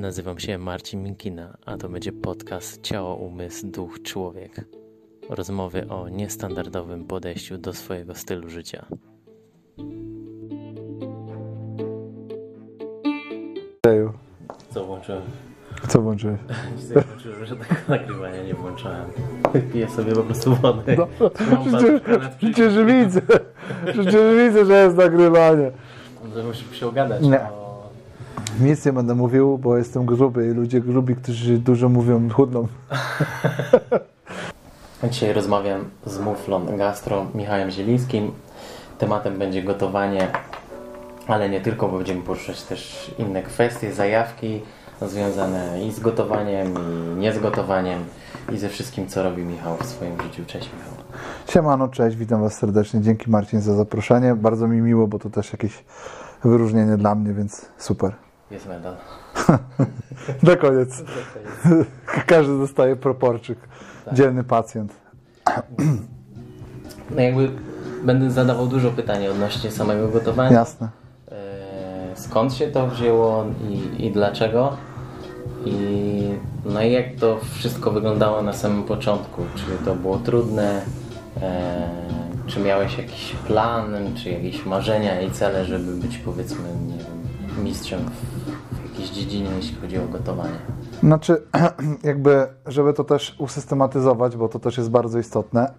nazywam się Marcin Minkina, a to będzie podcast Ciało, Umysł, Duch, Człowiek. Rozmowy o niestandardowym podejściu do swojego stylu życia. Co włączyłem? Co włączyłeś? Dzisiaj włączyłem, że tego nagrywania nie włączałem. Piję sobie po prostu wodę. No, przecież widzę, że jest nagrywanie. Muszę się ogadać. Nic nie będę mówił, bo jestem gruby i ludzie grubi, którzy dużo mówią, chudną. Dzisiaj rozmawiam z Muflon Gastro Michałem Zielińskim. Tematem będzie gotowanie, ale nie tylko, bo będziemy poruszać też inne kwestie, zajawki związane i z gotowaniem, i nie z gotowaniem, i ze wszystkim, co robi Michał w swoim życiu. Cześć, Michał. Siemano, cześć, witam Was serdecznie. Dzięki, Marcin, za zaproszenie. Bardzo mi miło, bo to też jakieś wyróżnienie dla mnie, więc super. Jest medal. Na koniec. Każdy dostaje proporczyk. Tak. Dzielny pacjent. No jakby będę zadawał dużo pytań odnośnie samego gotowania. Jasne. Skąd się to wzięło i dlaczego? No i jak to wszystko wyglądało na samym początku? Czy to było trudne? Czy miałeś jakiś plan, czy jakieś marzenia i cele, żeby być, powiedzmy, nie wiem, mistrzem w jakiejś dziedzinie, jeśli chodzi o gotowanie? Znaczy, jakby, żeby to też usystematyzować, bo to też jest bardzo istotne.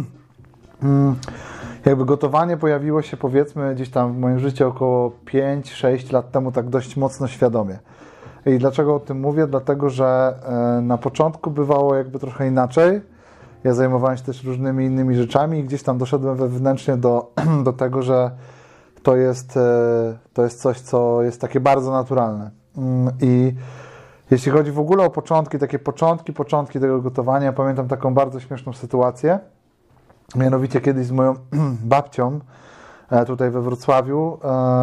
Jakby gotowanie pojawiło się, powiedzmy, gdzieś tam w moim życiu około 5-6 lat temu tak dość mocno świadomie. I dlaczego o tym mówię? Dlatego, że na początku bywało jakby trochę inaczej. Ja zajmowałem się też różnymi innymi rzeczami i gdzieś tam doszedłem wewnętrznie do tego, że to jest coś, co jest takie bardzo naturalne. I jeśli chodzi w ogóle o początki, takie początki tego gotowania, pamiętam taką bardzo śmieszną sytuację. Mianowicie kiedyś z moją babcią tutaj we Wrocławiu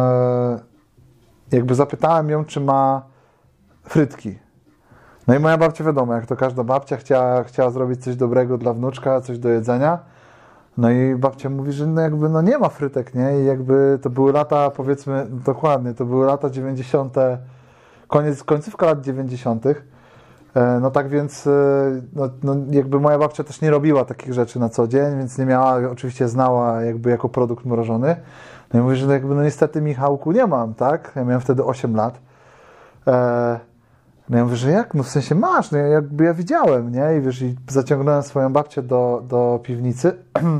jakby zapytałem ją, czy ma frytki. No i moja babcia, wiadomo, jak to każda babcia, chciała zrobić coś dobrego dla wnuczka, coś do jedzenia. No i babcia mówi, że no nie ma frytek, nie? I jakby to były lata, powiedzmy, dokładnie, to były lata 90., końcówka lat 90. No tak więc, no jakby moja babcia też nie robiła takich rzeczy na co dzień, więc nie miała, oczywiście znała jakby jako produkt mrożony. No i mówi, że jakby no niestety, Michałku, nie mam, tak? Ja miałem wtedy 8 lat. No ja mówię, że jak? No w sensie masz, no jakby ja widziałem, nie? I wiesz, i zaciągnąłem swoją babcię do piwnicy,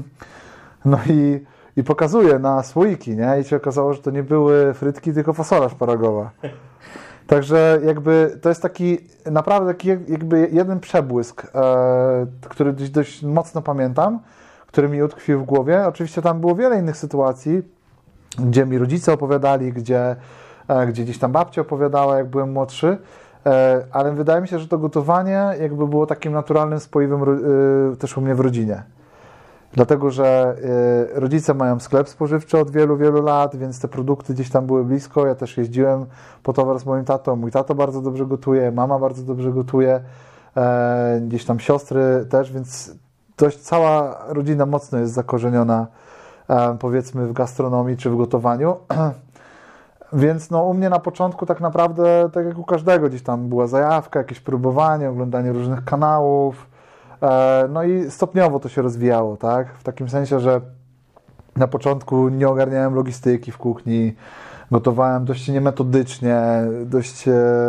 no i pokazuję na słoiki, nie? I się okazało, że to nie były frytki, tylko fasola szparagowa. Także jakby to jest taki naprawdę taki jakby jeden przebłysk, który dość mocno pamiętam, który mi utkwił w głowie. Oczywiście tam było wiele innych sytuacji, gdzie mi rodzice opowiadali, gdzie gdzieś tam babcia opowiadała, jak byłem młodszy, ale wydaje mi się, że to gotowanie jakby było takim naturalnym spoiwem też u mnie w rodzinie. Dlatego, że rodzice mają sklep spożywczy od wielu, wielu lat, więc te produkty gdzieś tam były blisko. Ja też jeździłem po towar z moim tatą. Mój tato bardzo dobrze gotuje, mama bardzo dobrze gotuje, gdzieś tam siostry też, więc dość cała rodzina mocno jest zakorzeniona, powiedzmy, w gastronomii czy w gotowaniu. Więc no u mnie na początku tak naprawdę, tak jak u każdego, gdzieś tam była zajawka, jakieś próbowanie, oglądanie różnych kanałów. No i stopniowo to się rozwijało, tak? W takim sensie, że na początku nie ogarniałem logistyki w kuchni, gotowałem dość niemetodycznie, dość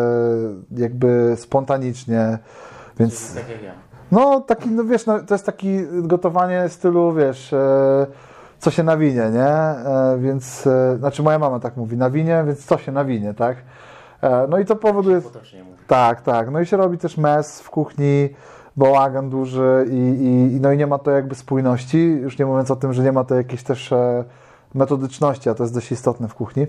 jakby spontanicznie, więc... Tak jak ja. No taki, no wiesz, no, to jest takie gotowanie stylu, wiesz, co się nawinie, nie? Więc, znaczy moja mama tak mówi, nawinie, więc co się nawinie, tak? No i to powoduje... Tak, no i się robi też mes w kuchni, bałagan duży no i nie ma to jakby spójności, już nie mówiąc o tym, że nie ma to jakiejś też metodyczności, a to jest dość istotne w kuchni.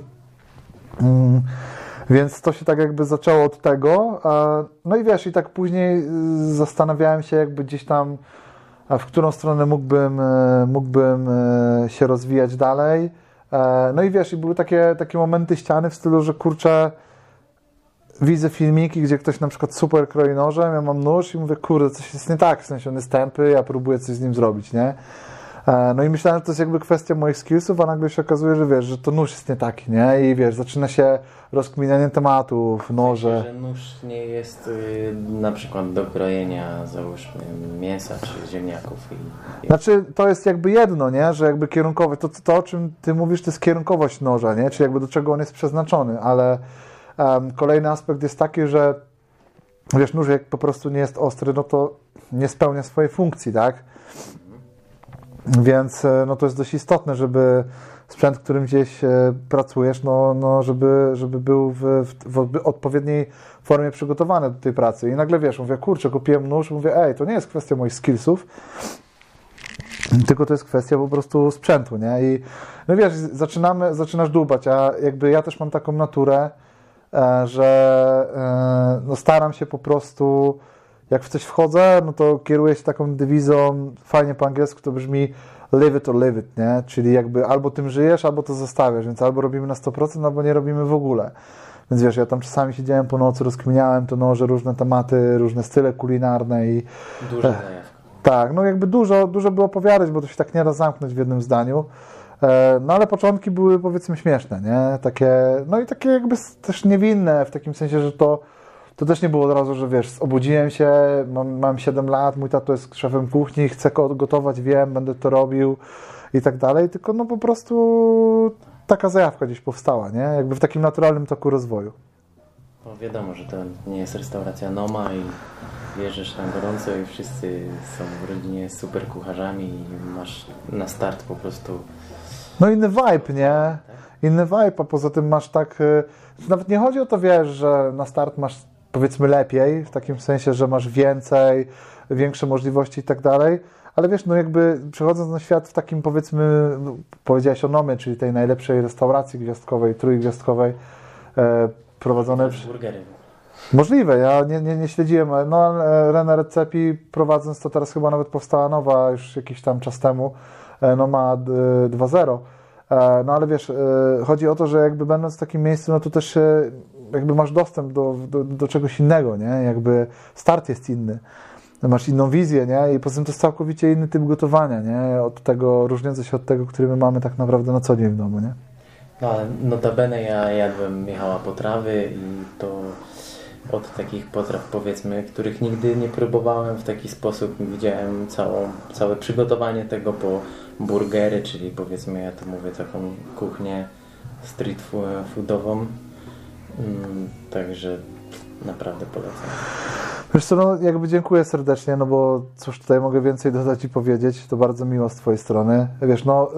Więc to się tak jakby zaczęło od tego. No i wiesz, i tak później zastanawiałem się jakby gdzieś tam, w którą stronę mógłbym się rozwijać dalej. No i wiesz, i były takie momenty ściany w stylu, że kurczę, widzę filmiki, gdzie ktoś na przykład super kroi nożem, ja mam nóż i mówię, kurde, coś jest nie tak, w sensie on jest tępy, ja próbuję coś z nim zrobić, nie? No i myślałem, że to jest jakby kwestia moich skillsów, a nagle się okazuje, że wiesz, że to nóż jest nie taki, nie? I wiesz, zaczyna się rozkminianie tematów, noże. Że nóż nie jest na przykład do krojenia, załóżmy, mięsa czy ziemniaków. Znaczy, to jest jakby jedno, nie? Że jakby kierunkowość, to o czym ty mówisz, to jest kierunkowość noża, nie? Czyli jakby do czego on jest przeznaczony, ale kolejny aspekt jest taki, że wiesz, nóż jak po prostu nie jest ostry, no to nie spełnia swojej funkcji, tak? Więc no to jest dość istotne, żeby sprzęt, którym gdzieś pracujesz, żeby był w odpowiedniej formie przygotowany do tej pracy. I nagle wiesz, mówię, kurczę, kupiłem nóż, mówię, to nie jest kwestia moich skillsów, tylko to jest kwestia po prostu sprzętu, nie? I no wiesz, zaczynasz dłubać, a jakby ja też mam taką naturę, że no staram się po prostu, jak w coś wchodzę, no to kieruję się taką dewizą, fajnie po angielsku to brzmi live it or live it, nie? Czyli jakby albo tym żyjesz, albo to zostawiasz, więc albo robimy na 100%, albo nie robimy w ogóle. Więc wiesz, ja tam czasami siedziałem po nocy, rozkminiałem to noże, różne tematy, różne style kulinarne i... Duża zajawka. Tak, no jakby dużo było opowiadać, bo to się tak nie da zamknąć w jednym zdaniu. No ale początki były powiedzmy śmieszne, nie? Takie, no i takie jakby też niewinne, w takim sensie, że to też nie było od razu, że wiesz, obudziłem się, mam 7 lat, mój tato jest szefem kuchni, chcę gotować, wiem, będę to robił i tak dalej, tylko no po prostu taka zajawka gdzieś powstała, nie? Jakby w takim naturalnym toku rozwoju. No wiadomo, że to nie jest restauracja Noma i bierzesz tam gorąco i wszyscy są w rodzinie super kucharzami i masz na start po prostu... No inny vibe, nie? Inny vibe, a poza tym masz tak... Nawet nie chodzi o to, wiesz, że na start masz powiedzmy lepiej, w takim sensie, że masz większe możliwości i tak dalej, ale wiesz, no jakby przychodząc na świat w takim powiedzmy, no, powiedziałeś o Nomie, czyli tej najlepszej restauracji gwiazdkowej, trójgwiazdkowej, prowadzonej... Burgery. Możliwe, ja nie śledziłem, no ale René Redzepi prowadząc to teraz chyba nawet powstała nowa już jakiś tam czas temu, Noma 2.0, no ale wiesz, chodzi o to, że jakby będąc w takim miejscu, no to też jakby masz dostęp do czegoś innego, nie? Jakby start jest inny. Masz inną wizję, nie? I poza tym to jest całkowicie inny typ gotowania, nie? Różniący się od tego, który my mamy tak naprawdę na co dzień w domu, nie? No ale notabene ja jadłem Michała potrawy i to od takich potraw powiedzmy, których nigdy nie próbowałem w taki sposób. Widziałem całe przygotowanie tego po burgery, czyli powiedzmy, ja to mówię, taką kuchnię street foodową. Także naprawdę polecam. Wiesz co, no jakby dziękuję serdecznie, no bo cóż tutaj mogę więcej dodać i powiedzieć, to bardzo miło z twojej strony. Wiesz, no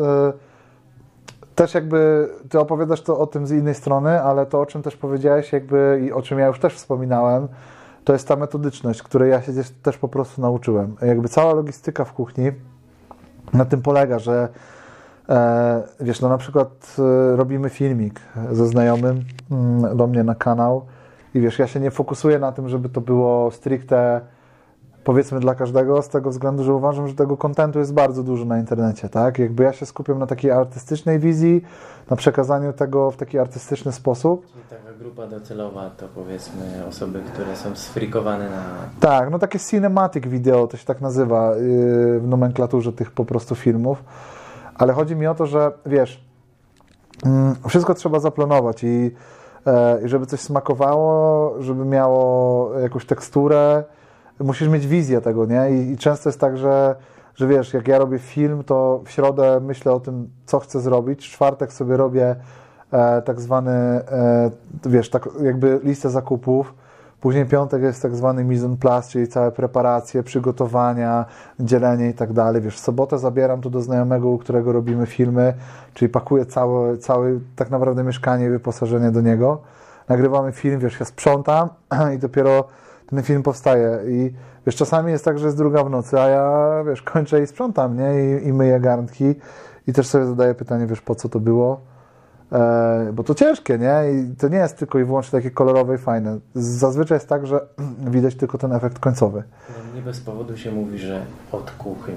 też jakby ty opowiadasz to o tym z innej strony, ale to o czym też powiedziałeś jakby i o czym ja już też wspominałem, to jest ta metodyczność, której ja się też po prostu nauczyłem. Jakby cała logistyka w kuchni na tym polega, że wiesz, no na przykład robimy filmik ze znajomym do mnie na kanał i wiesz, ja się nie fokusuję na tym, żeby to było stricte powiedzmy dla każdego, z tego względu, że uważam, że tego kontentu jest bardzo dużo na internecie, tak? Jakby ja się skupiam na takiej artystycznej wizji, na przekazaniu tego w taki artystyczny sposób. Czyli taka grupa docelowa to powiedzmy osoby, które są sfrikowane na... Tak, no takie cinematic video, to się tak nazywa w nomenklaturze tych po prostu filmów. Ale chodzi mi o to, że wiesz, wszystko trzeba zaplanować i żeby coś smakowało, żeby miało jakąś teksturę, musisz mieć wizję tego, nie? I często jest tak, że wiesz, jak ja robię film, to w środę myślę o tym, co chcę zrobić, w czwartek sobie robię tak zwany, wiesz, tak jakby listę zakupów, później piątek jest tak zwany mise en place, czyli całe preparacje, przygotowania, dzielenie i tak dalej. Wiesz, w sobotę zabieram to do znajomego, u którego robimy filmy, czyli pakuję całe tak naprawdę mieszkanie i wyposażenie do niego. Nagrywamy film, wiesz, ja sprzątam i dopiero ten film powstaje. I wiesz, czasami jest tak, że jest 2 w nocy, a ja, wiesz, kończę i sprzątam, nie? I myję garnki i też sobie zadaję pytanie, wiesz, po co to było? Bo to ciężkie, nie? I to nie jest tylko i wyłącznie takie kolorowe i fajne. Zazwyczaj jest tak, że widać tylko ten efekt końcowy. No, nie bez powodu się mówi, że od kuchni.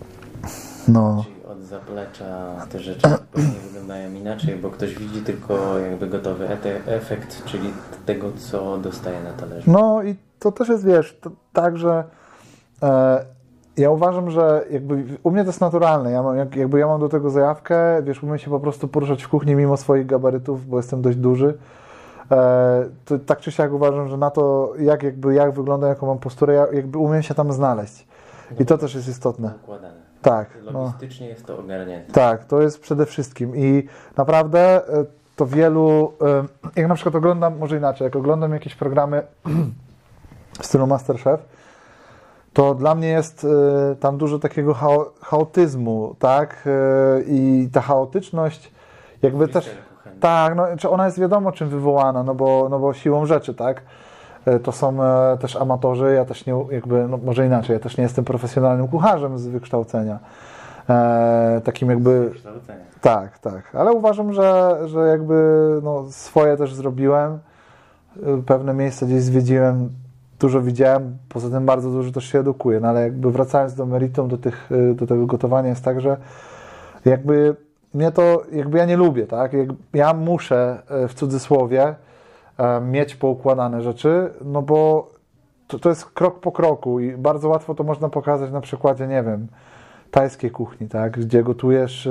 No. Czyli od zaplecza te rzeczy zupełnie wyglądają inaczej, bo ktoś widzi tylko jakby gotowy efekt, czyli tego, co dostaje na talerzu. No i to też jest, wiesz, tak, że ja uważam, że jakby u mnie to jest naturalne. Ja mam do tego zajawkę, wiesz, umiem się po prostu poruszać w kuchni mimo swoich gabarytów, bo jestem dość duży. To tak czy siak uważam, że na to, jak wygląda, jaką mam posturę, ja jakby umiem się tam znaleźć. I to też jest istotne. Układane. Tak. Logistycznie jest to ogarnięte. Tak, to jest przede wszystkim. I naprawdę to wielu, jak na przykład oglądam, może inaczej, jak oglądam jakieś programy w stylu MasterChef, to dla mnie jest tam dużo takiego chaotyzmu, tak? I ta chaotyczność jakby też... Tak, no, czy ona jest wiadomo czym wywołana, no bo siłą rzeczy, tak? To są też amatorzy, ja też nie, jakby, no może inaczej, ja też nie jestem profesjonalnym kucharzem z wykształcenia. Takim jakby... Tak, ale uważam, że jakby no, swoje też zrobiłem, pewne miejsca gdzieś zwiedziłem, dużo widziałem, poza tym bardzo dużo też się edukuję, no ale jakby wracając do meritum, do tego gotowania jest tak, że jakby mnie to, jakby ja nie lubię, tak? Ja muszę w cudzysłowie mieć poukładane rzeczy, no bo to jest krok po kroku i bardzo łatwo to można pokazać na przykładzie, nie wiem, tajskiej kuchni, tak? Gdzie gotujesz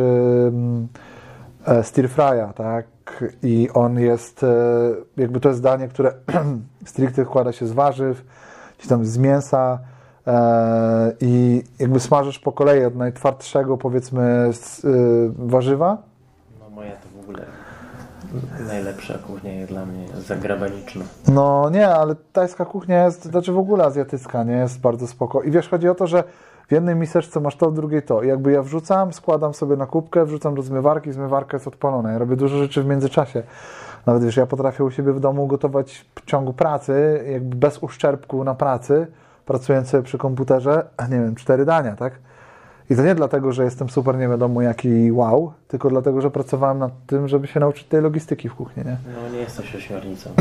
stir fry'a, tak? I on jest, jakby to jest danie, które stricte składa się z warzyw, czy tam z mięsa i jakby smażysz po kolei od najtwardszego, powiedzmy, warzywa. No moja to w ogóle najlepsza kuchnia jest dla mnie zagraniczna. No nie, ale tajska kuchnia jest, znaczy w ogóle azjatycka, nie? Jest bardzo spoko. I wiesz, chodzi o to, że w jednej miseczce masz to, w drugiej to. I jakby ja wrzucam, składam sobie na kubkę, wrzucam do zmywarki, zmywarka jest odpalona. Ja robię dużo rzeczy w międzyczasie. Nawet wiesz, ja potrafię u siebie w domu gotować w ciągu pracy, jakby bez uszczerbku na pracy, pracując sobie przy komputerze, nie wiem, 4 dania, tak? I to nie dlatego, że jestem super nie wiadomo jaki wow, tylko dlatego, że pracowałem nad tym, żeby się nauczyć tej logistyki w kuchni, nie? No nie jesteś ośmiornicą.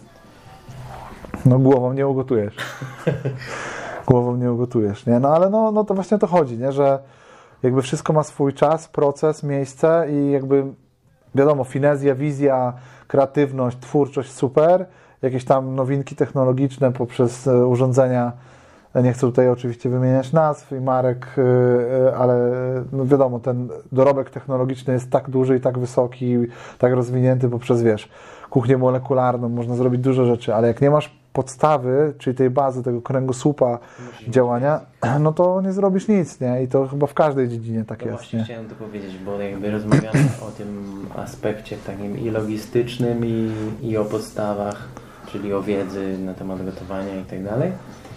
No głową nie ugotujesz. Głową nie ugotujesz, nie? No ale no to właśnie o to chodzi, nie? Że jakby wszystko ma swój czas, proces, miejsce i jakby wiadomo, finezja, wizja, kreatywność, twórczość super, jakieś tam nowinki technologiczne poprzez urządzenia, nie chcę tutaj oczywiście wymieniać nazw i marek, ale no wiadomo, ten dorobek technologiczny jest tak duży i tak wysoki, tak rozwinięty poprzez, wiesz, kuchnię molekularną, można zrobić dużo rzeczy, ale jak nie masz podstawy, czyli tej bazy, tego kręgosłupa działania, no to nie zrobisz nic, nie? I to chyba w każdej dziedzinie tak jest, właśnie nie? chciałem to powiedzieć, bo jakby rozmawiamy o tym aspekcie takim i logistycznym, i o podstawach, czyli o wiedzy na temat gotowania i tak dalej.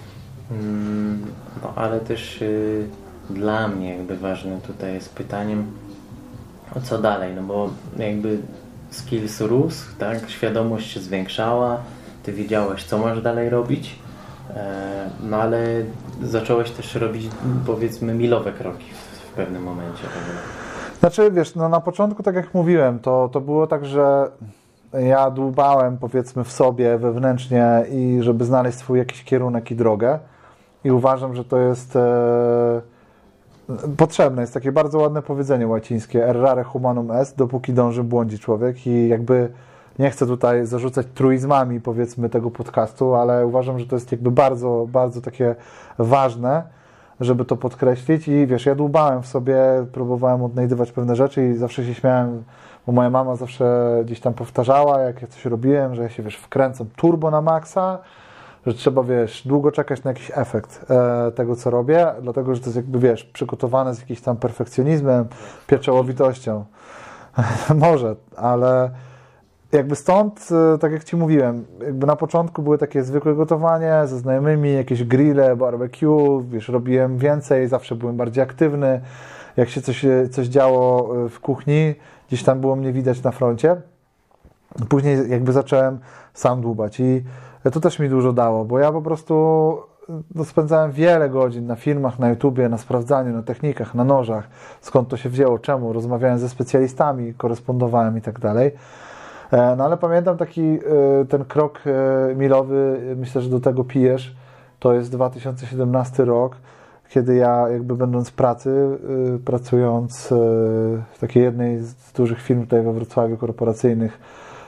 No ale też dla mnie jakby ważne tutaj jest pytaniem, o co dalej, no bo jakby skills rósł, tak? Świadomość się zwiększała, ty wiedziałeś, co masz dalej robić, no ale zacząłeś też robić, powiedzmy, milowe kroki w pewnym momencie. Znaczy, wiesz, no na początku, tak jak mówiłem, to było tak, że ja dłubałem, powiedzmy, w sobie wewnętrznie i żeby znaleźć swój jakiś kierunek i drogę i uważam, że to jest potrzebne. Jest takie bardzo ładne powiedzenie łacińskie, errare humanum est, dopóki dąży, błądzi człowiek i jakby nie chcę tutaj zarzucać truizmami, powiedzmy, tego podcastu, ale uważam, że to jest jakby bardzo, bardzo takie ważne, żeby to podkreślić i wiesz, ja dłubałem w sobie, próbowałem odnajdywać pewne rzeczy i zawsze się śmiałem, bo moja mama zawsze gdzieś tam powtarzała, jak ja coś robiłem, że ja się, wiesz, wkręcam turbo na maksa, że trzeba, wiesz, długo czekać na jakiś efekt tego, co robię, dlatego, że to jest jakby, wiesz, przygotowane z jakimś tam perfekcjonizmem, pieczołowitością. Może, ale jakby stąd, tak jak Ci mówiłem, jakby na początku były takie zwykłe gotowanie ze znajomymi, jakieś grille, barbecue, wiesz, robiłem więcej, zawsze byłem bardziej aktywny. Jak się coś działo w kuchni, gdzieś tam było mnie widać na froncie. Później jakby zacząłem sam dłubać i to też mi dużo dało, bo ja po prostu spędzałem wiele godzin na filmach, na YouTubie, na sprawdzaniu, na technikach, na nożach, skąd to się wzięło, czemu, rozmawiałem ze specjalistami, korespondowałem i tak dalej. No ale pamiętam taki ten krok milowy, myślę, że do tego pijesz, to jest 2017 rok, kiedy ja jakby będąc w pracy, pracując w takiej jednej z dużych firm tutaj we Wrocławiu korporacyjnych,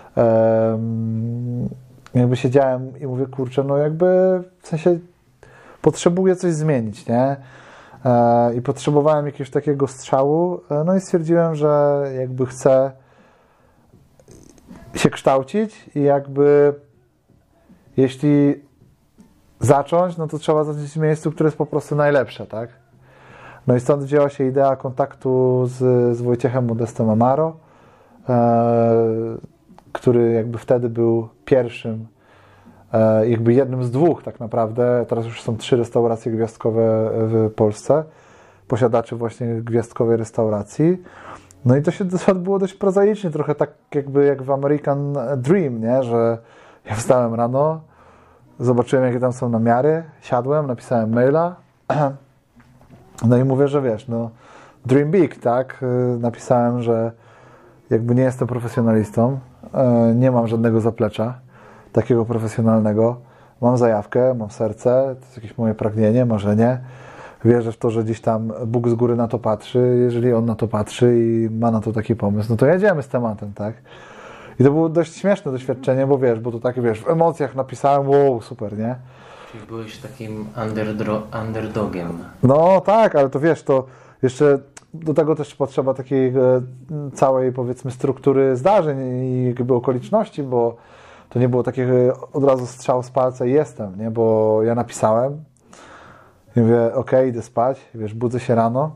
jakby siedziałem i mówię, kurczę, no jakby w sensie potrzebuję coś zmienić, nie? i potrzebowałem jakiegoś takiego strzału, no i stwierdziłem, że jakby chcę się kształcić i jakby jeśli zacząć, no to trzeba zacząć w miejscu, które jest po prostu najlepsze, tak? No i stąd wzięła się idea kontaktu z Wojciechem Modestem Amaro, który jakby wtedy był pierwszym, jakby jednym z dwóch tak naprawdę, teraz już są 3 restauracje gwiazdkowe w Polsce, posiadaczy właśnie gwiazdkowej restauracji. No i to się odbyło dość prozaicznie, trochę tak jakby jak w American Dream, nie? Że ja wstałem rano, zobaczyłem jakie tam są namiary, siadłem, napisałem maila, no i mówię, że wiesz, no dream big, tak? Napisałem, że jakby nie jestem profesjonalistą, nie mam żadnego zaplecza takiego profesjonalnego, mam zajawkę, mam serce, to jest jakieś moje pragnienie, marzenie, wierzę w to, że gdzieś tam Bóg z góry na to patrzy, jeżeli On na to patrzy i ma na to taki pomysł, no to jedziemy z tematem, tak? I to było dość śmieszne doświadczenie, bo wiesz, bo to takie, wiesz, w emocjach napisałem, wow, super, nie? Czyli byłeś takim underdogiem. No tak, ale to wiesz, to jeszcze do tego też potrzeba takiej całej, powiedzmy, struktury zdarzeń i jakby okoliczności, bo to nie było takiego od razu strzał z palca i jestem, nie? Bo ja napisałem i mówię, okej, idę spać, wiesz, budzę się rano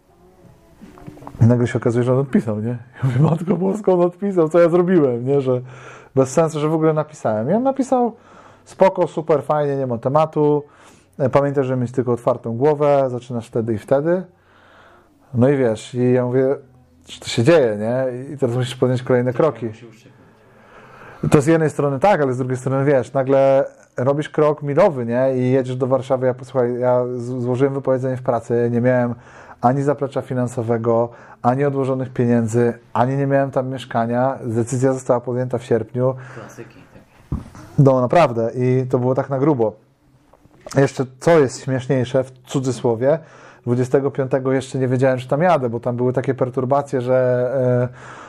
i nagle się okazuje, że on odpisał, nie? Ja mówię, Matko Boska, on odpisał, co ja zrobiłem, nie? Że bez sensu, że w ogóle napisałem. I on napisał, spoko, super, fajnie, nie ma tematu, pamiętaj, że mieć tylko otwartą głowę, zaczynasz wtedy i wtedy. No i wiesz, i ja mówię, że to się dzieje, nie? I teraz musisz podjąć kolejne kroki. To z jednej strony tak, ale z drugiej strony, wiesz, nagle robisz krok milowy, nie? I jedziesz do Warszawy, posłuchaj, ja złożyłem wypowiedzenie w pracy, nie miałem ani zaplecza finansowego, ani odłożonych pieniędzy, ani nie miałem tam mieszkania. Decyzja została podjęta w sierpniu. Klasyki. No naprawdę i to było tak na grubo. Jeszcze co jest śmieszniejsze, w cudzysłowie, 25 jeszcze nie wiedziałem, że tam jadę, bo tam były takie perturbacje, że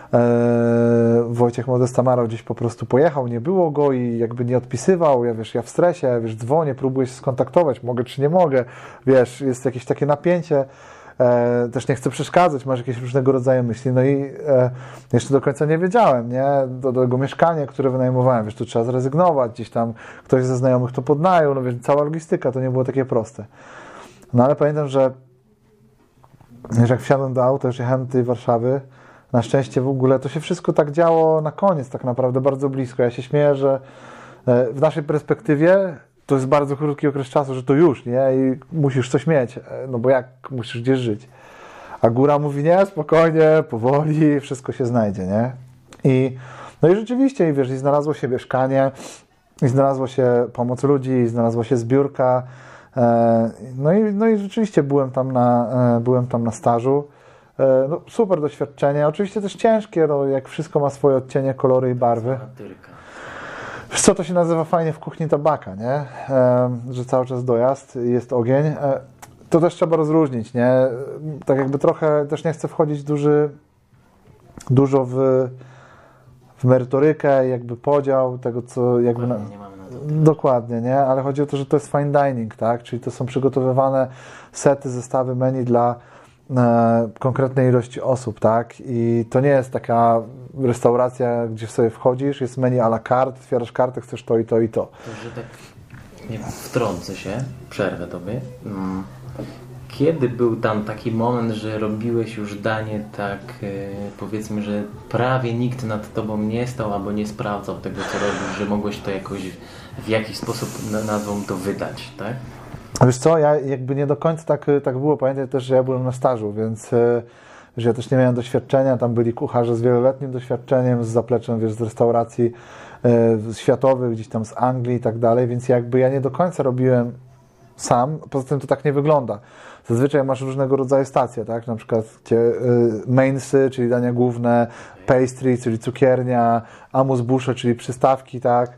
Wojciech Modest Amaro gdzieś po prostu pojechał, nie było go i jakby nie odpisywał, ja w stresie, wiesz, dzwonię, próbuję się skontaktować, mogę czy nie mogę, wiesz, jest jakieś takie napięcie, też nie chcę przeszkadzać, masz jakieś różnego rodzaju myśli, no i jeszcze do końca nie wiedziałem, nie, do tego mieszkania, które wynajmowałem, wiesz, tu trzeba zrezygnować, gdzieś tam ktoś ze znajomych to podnajął, no wiesz, cała logistyka, to nie było takie proste. No ale pamiętam, że jak wsiadłem do auta, już jechałem do tej Warszawy, na szczęście w ogóle to się wszystko tak działo na koniec tak naprawdę, bardzo blisko. Ja się śmieję, że w naszej perspektywie to jest bardzo krótki okres czasu, że to już, nie? I musisz coś mieć, no bo jak musisz gdzieś żyć? A góra mówi, nie, spokojnie, powoli, wszystko się znajdzie, nie? No i rzeczywiście, i wiesz, i znalazło się mieszkanie, i znalazła się pomoc ludzi, i znalazła się zbiórka, no i rzeczywiście byłem tam na stażu. No, super doświadczenie, oczywiście też ciężkie, no, jak wszystko ma swoje odcienie, kolory i barwy. Wiesz co, to się nazywa fajnie w kuchni tabaka, nie? Że cały czas dojazd, jest ogień. To też trzeba rozróżnić, nie? Tak jakby trochę, też nie chcę wchodzić dużo w merytorykę, jakby podział tego, co jakby... Nie mamy na to. Dokładnie, nie? Ale chodzi o to, że to jest fine dining, tak? Czyli to są przygotowywane sety, zestawy menu dla konkretnej ilości osób, tak? I to nie jest taka restauracja, gdzie sobie wchodzisz, jest menu à la carte, otwierasz kartę, chcesz to i to i to. To, że tak nie wtrącę się, przerwę tobie. Kiedy był tam taki moment, że robiłeś już danie tak, powiedzmy, że prawie nikt nad tobą nie stał albo nie sprawdzał tego, co robisz, że mogłeś to jakoś w jakiś sposób nazwą to wydać, tak? Wiesz co, ja jakby nie do końca tak było. Pamiętaj też, że ja byłem na stażu, więc że ja też nie miałem doświadczenia. Tam byli kucharze z wieloletnim doświadczeniem, z zapleczem, wiesz, z restauracji światowych, gdzieś tam z Anglii i tak dalej, więc jakby ja nie do końca robiłem sam. Poza tym to tak nie wygląda. Zazwyczaj masz różnego rodzaju stacje, tak? Na przykład mainsy, czyli dania główne, pastry, czyli cukiernia, amuse-bouche, czyli przystawki, tak?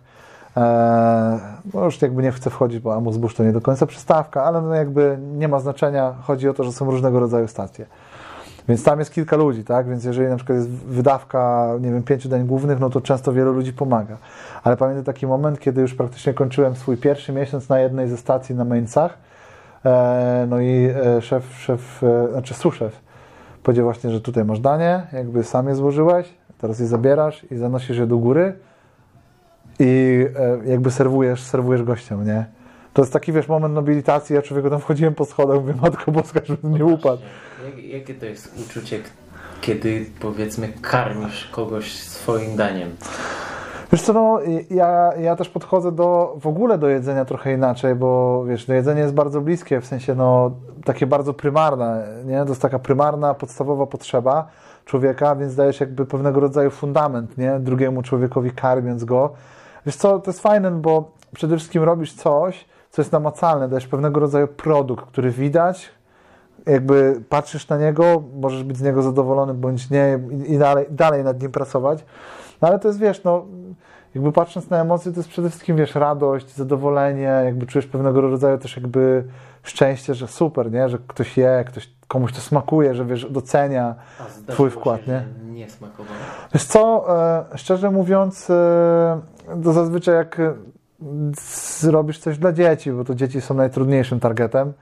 No już jakby nie chcę wchodzić, bo amuse-bouche to nie do końca przystawka, ale no jakby nie ma znaczenia. Chodzi o to, że są różnego rodzaju stacje. Więc tam jest kilka ludzi, tak? Więc jeżeli na przykład jest wydawka, nie wiem, 5 dań głównych, no to często wielu ludzi pomaga. Ale pamiętam taki moment, kiedy już praktycznie kończyłem swój pierwszy miesiąc na jednej ze stacji na Mainsach, No i znaczy suszef powiedział właśnie, że tutaj masz danie, jakby sam je złożyłeś, teraz je zabierasz i zanosisz je do góry i jakby serwujesz gościom, nie? To jest taki, wiesz, moment nobilitacji, ja człowieku tam wchodziłem po schodach, mówię, Matko Boska, żebym nie upadł. Jakie to jest uczucie, kiedy, powiedzmy, karmisz kogoś swoim daniem? Wiesz co, no, ja też podchodzę w ogóle do jedzenia trochę inaczej, bo wiesz, no, jedzenie jest bardzo bliskie, w sensie no, takie bardzo prymarne, nie? To jest taka prymarna, podstawowa potrzeba człowieka, więc dajesz jakby pewnego rodzaju fundament, nie? Drugiemu człowiekowi karmiąc go. Wiesz co, to jest fajne, bo przede wszystkim robisz coś, co jest namacalne, dajesz pewnego rodzaju produkt, który widać, jakby patrzysz na niego, możesz być z niego zadowolony bądź nie i dalej nad nim pracować. No ale to jest, wiesz, no jakby patrząc na emocje, to jest przede wszystkim, wiesz, radość, zadowolenie, jakby czujesz pewnego rodzaju też jakby szczęście, że super, nie, że ktoś je, komuś to smakuje, że wiesz, docenia twój wkład, się, nie? Że nie smakowało. Wiesz co, szczerze mówiąc, to zazwyczaj jak zrobisz coś dla dzieci, bo to dzieci są najtrudniejszym targetem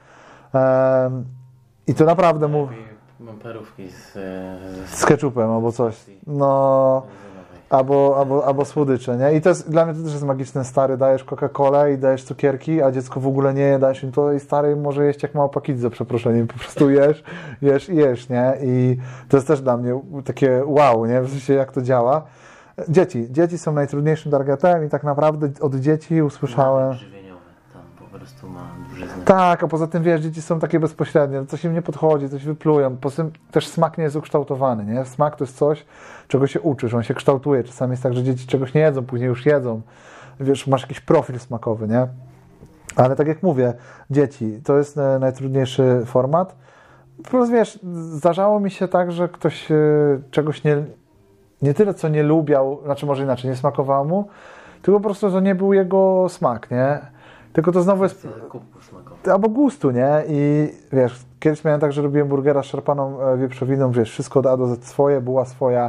i to naprawdę Mam parówki z ketchupem albo coś, no albo słodycze, nie? I to jest, dla mnie to też jest magiczne, stary, dajesz Coca-Colę i dajesz cukierki, a dziecko w ogóle nie je, dajesz im to i stary może jeść jak mała pakiz za przeproszeniem, po prostu jesz, nie? I to jest też dla mnie takie wow, nie? W sensie jak to działa. Dzieci są najtrudniejszym targetem i tak naprawdę od dzieci usłyszałem... Tam po prostu ma duże znaczenie. Tak, a poza tym wiesz, dzieci są takie bezpośrednie, coś im nie podchodzi, coś wyplują. Poza tym też smak nie jest ukształtowany, nie? Smak to jest coś, czego się uczysz, on się kształtuje. Czasami jest tak, że dzieci czegoś nie jedzą, później już jedzą. Wiesz, masz jakiś profil smakowy, nie? Ale tak jak mówię, dzieci, to jest najtrudniejszy format. Plus wiesz, zdarzało mi się tak, że ktoś czegoś nie tyle co nie lubiał, znaczy może inaczej, nie smakowało mu, tylko po prostu to nie był jego smak, nie? Tylko to znowu jest... Albo gustu, nie? I wiesz, kiedyś miałem tak, że robiłem burgera z szarpaną wieprzowiną, wiesz, wszystko od A do Z swoje, była swoja,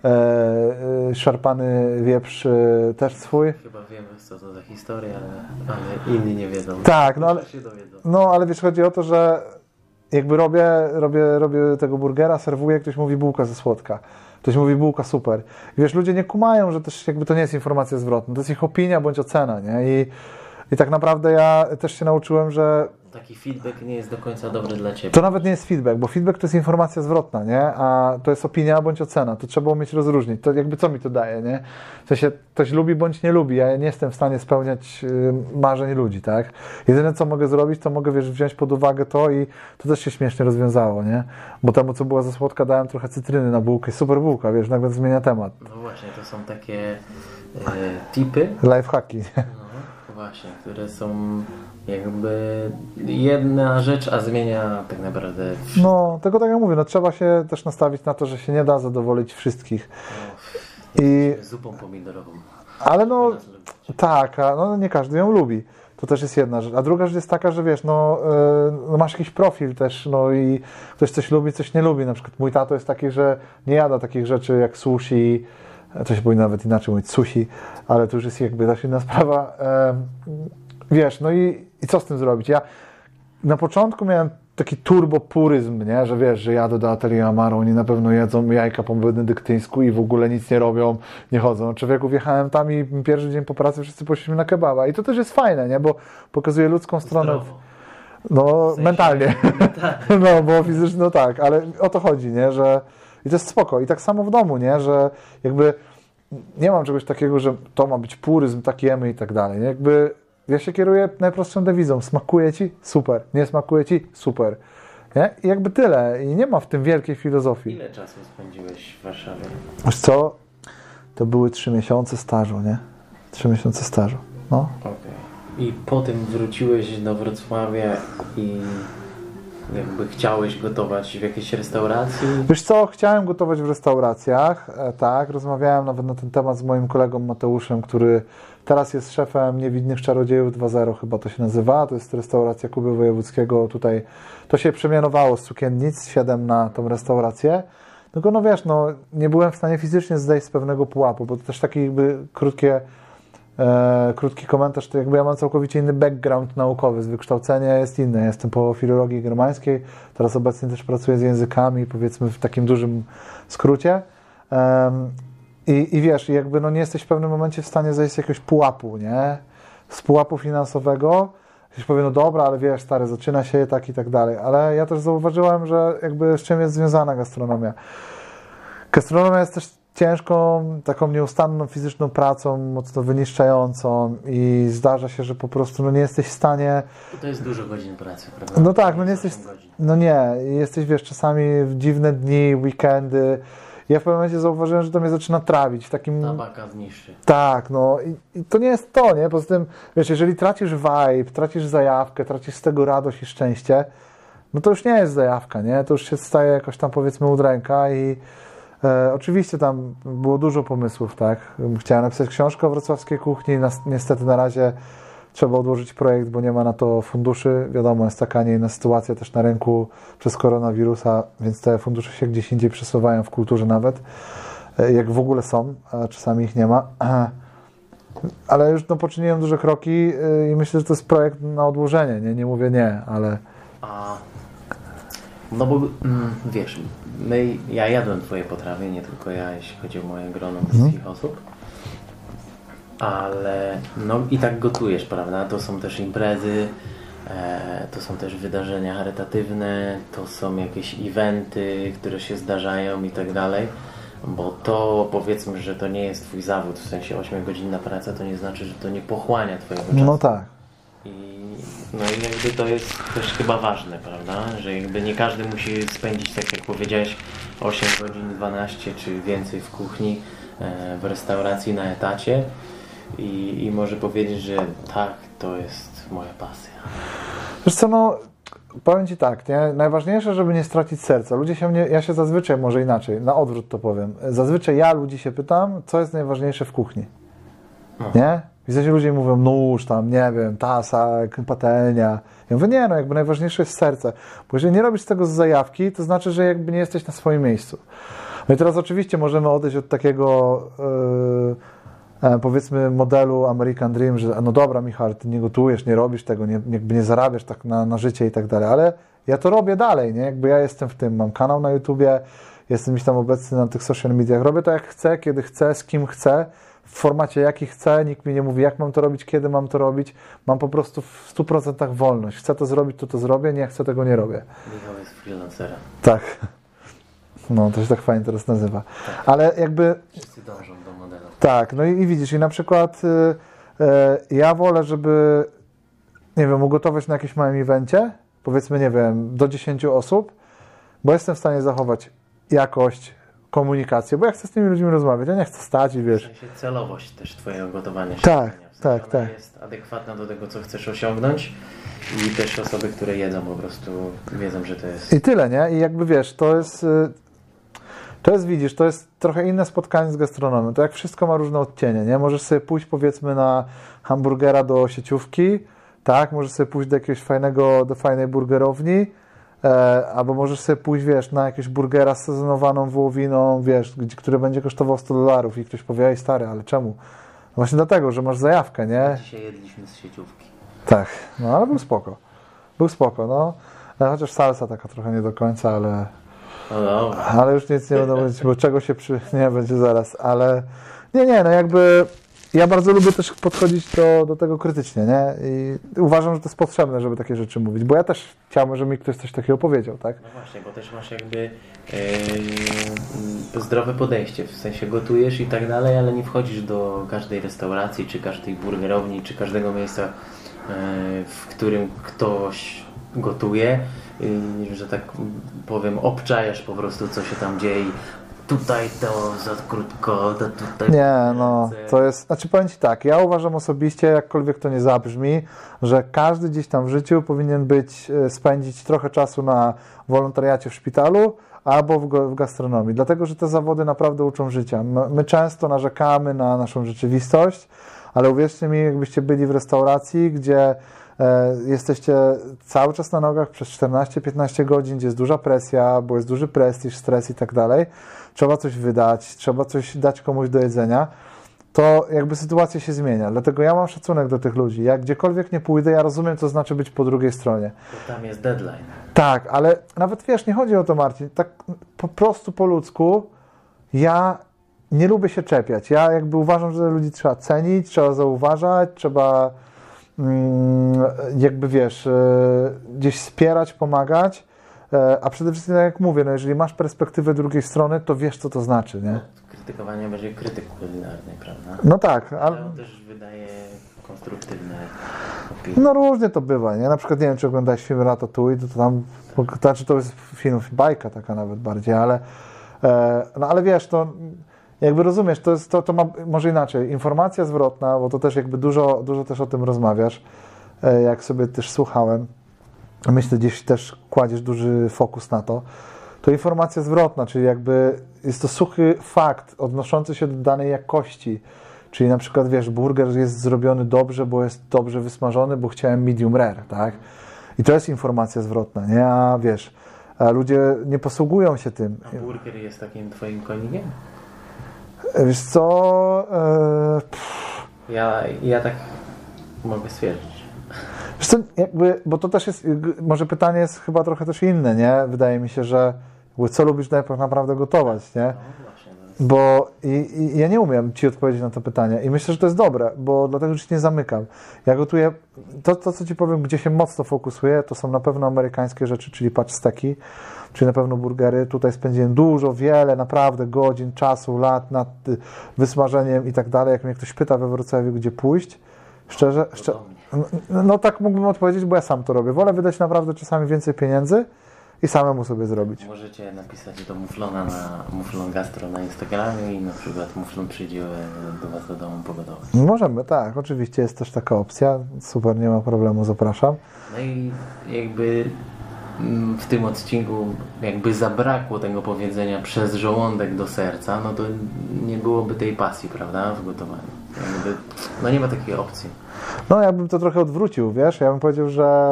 szarpany wieprz też swój. Chyba wiemy, co to za historia, ale inni nie wiedzą. Tak, no ale wiesz, chodzi o to, że jakby robię tego burgera, serwuję, ktoś mówi bułka ze słodka. Ktoś mówi bułka super. I wiesz, ludzie nie kumają, że też jakby to nie jest informacja zwrotna, to jest ich opinia bądź ocena, nie? I tak naprawdę ja też się nauczyłem, że... Taki feedback nie jest do końca dobry dla Ciebie. To nawet nie jest feedback, bo feedback to jest informacja zwrotna, nie? A to jest opinia bądź ocena. To trzeba umieć rozróżnić. To jakby co mi to daje, nie? W sensie ktoś lubi bądź nie lubi. Ja nie jestem w stanie spełniać marzeń ludzi, tak? Jedyne co mogę zrobić, to mogę, wiesz, wziąć pod uwagę to i to też się śmiesznie rozwiązało, nie? Bo temu, co była za słodka, dałem trochę cytryny na bułkę. Super bułka, wiesz, nagle zmienia temat. No właśnie, to są takie tipy. Lifehacki. No, właśnie, które są jakby jedna rzecz, a zmienia tak naprawdę wszystko. No, tego tak jak mówię, no trzeba się też nastawić na to, że się nie da zadowolić wszystkich. I zupą pomidorową. Ale no, tak, no nie każdy ją lubi. To też jest jedna rzecz. A druga rzecz jest taka, że wiesz, no masz jakiś profil też, no i ktoś coś lubi, coś nie lubi. Na przykład mój tato jest taki, że nie jada takich rzeczy jak sushi, to się powinno nawet inaczej mówić, sushi, ale to już jest jakby też inna sprawa. Wiesz, no i co z tym zrobić? Ja na początku miałem taki turbopuryzm, nie? Że wiesz, że jadę do Atelier Amaro, oni na pewno jedzą jajka po benedyktyńsku i w ogóle nic nie robią, nie chodzą. Człowieku, wjechałem tam i pierwszy dzień po pracy wszyscy poszliśmy na kebaba i to też jest fajne, nie? Bo pokazuje ludzką stronę. Zdrowo. No, w sensie, mentalnie. No, bo fizycznie, no tak, ale o to chodzi, nie? Że i to jest spoko. I tak samo w domu, nie? Że jakby nie mam czegoś takiego, że to ma być puryzm, tak jemy i tak dalej. Nie? Jakby ja się kieruję najprostszą dewizą. Smakuje Ci? Super. Nie smakuje Ci? Super. Nie? I jakby tyle. I nie ma w tym wielkiej filozofii. Ile czasu spędziłeś w Warszawie? Wiesz co? To były 3 miesiące stażu, nie? 3 miesiące stażu. No. Okay. I potem wróciłeś do Wrocławia i jakby chciałeś gotować w jakiejś restauracji? Wiesz co, chciałem gotować w restauracjach, tak, rozmawiałem nawet na ten temat z moim kolegą Mateuszem, który teraz jest szefem Niewidnych Czarodziejów 2.0, chyba to się nazywa, to jest restauracja Kuby Wojewódzkiego, tutaj to się przemianowało z Sukiennic 7 na tą restaurację, tylko no wiesz, no nie byłem w stanie fizycznie zdejść z pewnego pułapu, bo to też takie jakby krótkie krótki komentarz, to jakby ja mam całkowicie inny background naukowy, z wykształcenia jest inne. Jestem po filologii germańskiej, teraz obecnie też pracuję z językami, powiedzmy w takim dużym skrócie. I wiesz, jakby no nie jesteś w pewnym momencie w stanie zejść z jakiegoś pułapu, nie? Z pułapu finansowego. Ktoś powie, no dobra, ale wiesz, stary, zaczyna się tak i tak dalej. Ale ja też zauważyłem, że jakby z czym jest związana gastronomia. Gastronomia jest też ciężką, taką nieustanną fizyczną pracą, mocno wyniszczającą i zdarza się, że po prostu no nie jesteś w stanie... To jest dużo godzin pracy, prawda? No tak, no nie jesteś... No nie, jesteś, wiesz, czasami w dziwne dni, weekendy. Ja w pewnym momencie zauważyłem, że to mnie zaczyna trawić w takim... Tabaka zniszczy. Tak, no i to nie jest to, nie? Poza tym, wiesz, jeżeli tracisz vibe, tracisz zajawkę, tracisz z tego radość i szczęście, no to już nie jest zajawka, nie? To już się staje jakoś tam, powiedzmy, udręka i oczywiście tam było dużo pomysłów, tak? Chciałem napisać książkę o wrocławskiej kuchni, niestety na razie trzeba odłożyć projekt, bo nie ma na to funduszy. Wiadomo, jest taka, nie inna sytuacja też na rynku przez koronawirusa, więc te fundusze się gdzieś indziej przesuwają w kulturze nawet, jak w ogóle są, a czasami ich nie ma. Ale już no, poczyniłem duże kroki i myślę, że to jest projekt na odłożenie, nie mówię nie, ale... No bo wiesz, ja jadłem twoje potrawy, nie tylko ja, jeśli chodzi o moje grono wszystkich osób. Ale no i tak gotujesz, prawda? To są też imprezy, to są też wydarzenia charytatywne, to są jakieś eventy, które się zdarzają i tak dalej. Bo to, powiedzmy, że to nie jest twój zawód, w sensie 8-godzinna praca, to nie znaczy, że to nie pochłania twojego czasu. No tak. No i jakby to jest też chyba ważne, prawda? Że jakby nie każdy musi spędzić, tak jak powiedziałeś, 8 godzin, 12 czy więcej w kuchni, w restauracji na etacie i może powiedzieć, że tak, to jest moja pasja. Wiesz co, no powiem Ci tak, nie? Najważniejsze, żeby nie stracić serca. Ludzie się ja się zazwyczaj, może inaczej, na odwrót to powiem, zazwyczaj ja ludzi się pytam, co jest najważniejsze w kuchni. Nie? W sensie ludzie mówią, nóż tam, nie wiem, tasak, patelnia. Ja mówię, nie, no jakby najważniejsze jest serce. Bo jeżeli nie robisz tego z zajawki, to znaczy, że jakby nie jesteś na swoim miejscu. No i teraz oczywiście możemy odejść od takiego, powiedzmy, modelu American Dream, że no dobra, Michał, ty nie gotujesz, nie robisz tego, jakby nie zarabiasz tak na życie i tak dalej, ale ja to robię dalej, nie? Jakby ja jestem w tym, mam kanał na YouTubie, jestem gdzieś tam obecny na tych social mediach, robię to jak chcę, kiedy chcę, z kim chcę, w formacie jaki chcę, nikt mi nie mówi jak mam to robić, kiedy mam to robić, mam po prostu w 100% wolność, chcę to zrobić, to zrobię, nie chcę, tego nie robię. Michał jest freelancerem. Tak. No, to się tak fajnie teraz nazywa. Tak. Ale jakby... Wszyscy dążą do modelu. Tak, no i widzisz, i na przykład ja wolę, żeby, nie wiem, ugotować na jakimś małym evencie, powiedzmy, nie wiem, do 10 osób, bo jestem w stanie zachować jakość, komunikację, bo ja chcę z tymi ludźmi rozmawiać, ja nie chcę stać i wiesz... W sensie celowość też twojego gotowania się. Tak, w sensie tak. Jest adekwatna do tego, co chcesz osiągnąć i też osoby, które jedzą po prostu wiedzą, że to jest... I tyle, nie? I jakby wiesz, to jest, widzisz, to jest trochę inne spotkanie z gastronomią. To jak wszystko ma różne odcienie, nie? Możesz sobie pójść, powiedzmy, na hamburgera do sieciówki, tak? Możesz sobie pójść do fajnej burgerowni, albo możesz sobie pójść, wiesz, na jakiegoś burgera z sezonowaną wołowiną, wiesz, który będzie kosztował $100 i ktoś powie, ej stary, ale czemu? No właśnie dlatego, że masz zajawkę, nie? Dzisiaj jedliśmy z sieciówki. Tak, no ale był spoko. No. Chociaż salsa taka trochę nie do końca, ale... No dobra. Ale już nic nie będę mówić, bo czego się nie będzie zaraz, ale... Nie, no jakby... Ja bardzo lubię też podchodzić do tego krytycznie, nie? I uważam, że to jest potrzebne, żeby takie rzeczy mówić, bo ja też chciałbym, żeby mi ktoś coś takiego powiedział, tak? No właśnie, bo też masz jakby zdrowe podejście, w sensie gotujesz i tak dalej, ale nie wchodzisz do każdej restauracji, czy każdej burgerowni, czy każdego miejsca, w którym ktoś gotuje, że tak powiem, obczajasz po prostu, co się tam dzieje. Tutaj to za krótko, to tutaj... Nie, no, to jest... Znaczy powiem Ci tak, ja uważam osobiście, jakkolwiek to nie zabrzmi, że każdy gdzieś tam w życiu powinien spędzić trochę czasu na wolontariacie w szpitalu albo w gastronomii, dlatego, że te zawody naprawdę uczą życia. My często narzekamy na naszą rzeczywistość, ale uwierzcie mi, jakbyście byli w restauracji, gdzie jesteście cały czas na nogach przez 14-15 godzin, gdzie jest duża presja, bo jest duży prestiż, stres i tak dalej. Trzeba coś wydać, trzeba coś dać komuś do jedzenia. to jakby sytuacja się zmienia. Dlatego ja mam szacunek do tych ludzi. Jak gdziekolwiek nie pójdę, ja rozumiem, co znaczy być po drugiej stronie. Bo tam jest deadline. Tak, ale nawet wiesz, nie chodzi o to, Marcin. Tak po prostu po ludzku ja nie lubię się czepiać. Ja jakby uważam, że ludzi trzeba cenić, trzeba zauważać, trzeba jakby wiesz, gdzieś wspierać, pomagać. A przede wszystkim, tak jak mówię, no jeżeli masz perspektywę drugiej strony, to wiesz, co to znaczy, nie? Krytykowanie będzie krytyk kulinarny, prawda? No tak, Ale on też wydaje konstruktywne opinie. no różnie to bywa, nie? Na przykład, nie wiem, czy oglądałeś film Ratatouille, to tam, znaczy to jest film, bajka taka nawet bardziej, ale no ale wiesz, to jakby rozumiesz, to ma może inaczej, informacja zwrotna, bo to też jakby dużo też o tym rozmawiasz, jak sobie też słuchałem, myślę, gdzieś też kładziesz duży fokus na to, to informacja zwrotna, czyli jakby jest to suchy fakt odnoszący się do danej jakości, czyli na przykład, wiesz, burger jest zrobiony dobrze, bo jest dobrze wysmażony, bo chciałem medium rare, tak? I to jest informacja zwrotna, nie? A wiesz, a ludzie nie posługują się tym. A burger jest takim twoim konikiem? Wiesz co? Ja tak mogę stwierdzić. Wiesz co, jakby, bo to też jest, może pytanie jest chyba trochę też inne, nie? Wydaje mi się, że jakby co lubisz tak naprawdę gotować, nie? No właśnie. Bo ja nie umiem Ci odpowiedzieć na to pytanie i myślę, że to jest dobre, bo dlatego, że się nie zamykam. Ja gotuję, to co Ci powiem, gdzie się mocno fokusuję, to są na pewno amerykańskie rzeczy, czyli patch steki, czyli na pewno burgery. Tutaj spędziłem wiele naprawdę godzin, czasu, lat nad wysmażeniem i tak dalej. Jak mnie ktoś pyta we Wrocławiu, gdzie pójść, szczerze, no tak mógłbym odpowiedzieć, bo ja sam to robię. Wolę wydać naprawdę czasami więcej pieniędzy i samemu sobie zrobić. Możecie napisać do Muflona na Muflon Gastro na Instagramie i na przykład Muflon przyjdzie do Was do domu pogotować. Możemy, tak, oczywiście jest też taka opcja. Super, nie ma problemu, zapraszam. No i jakby w tym odcinku jakby zabrakło tego powiedzenia przez żołądek do serca, no to nie byłoby tej pasji, prawda, w gotowaniu. Jakby, no nie ma takiej opcji. No ja bym to trochę odwrócił, wiesz, ja bym powiedział, że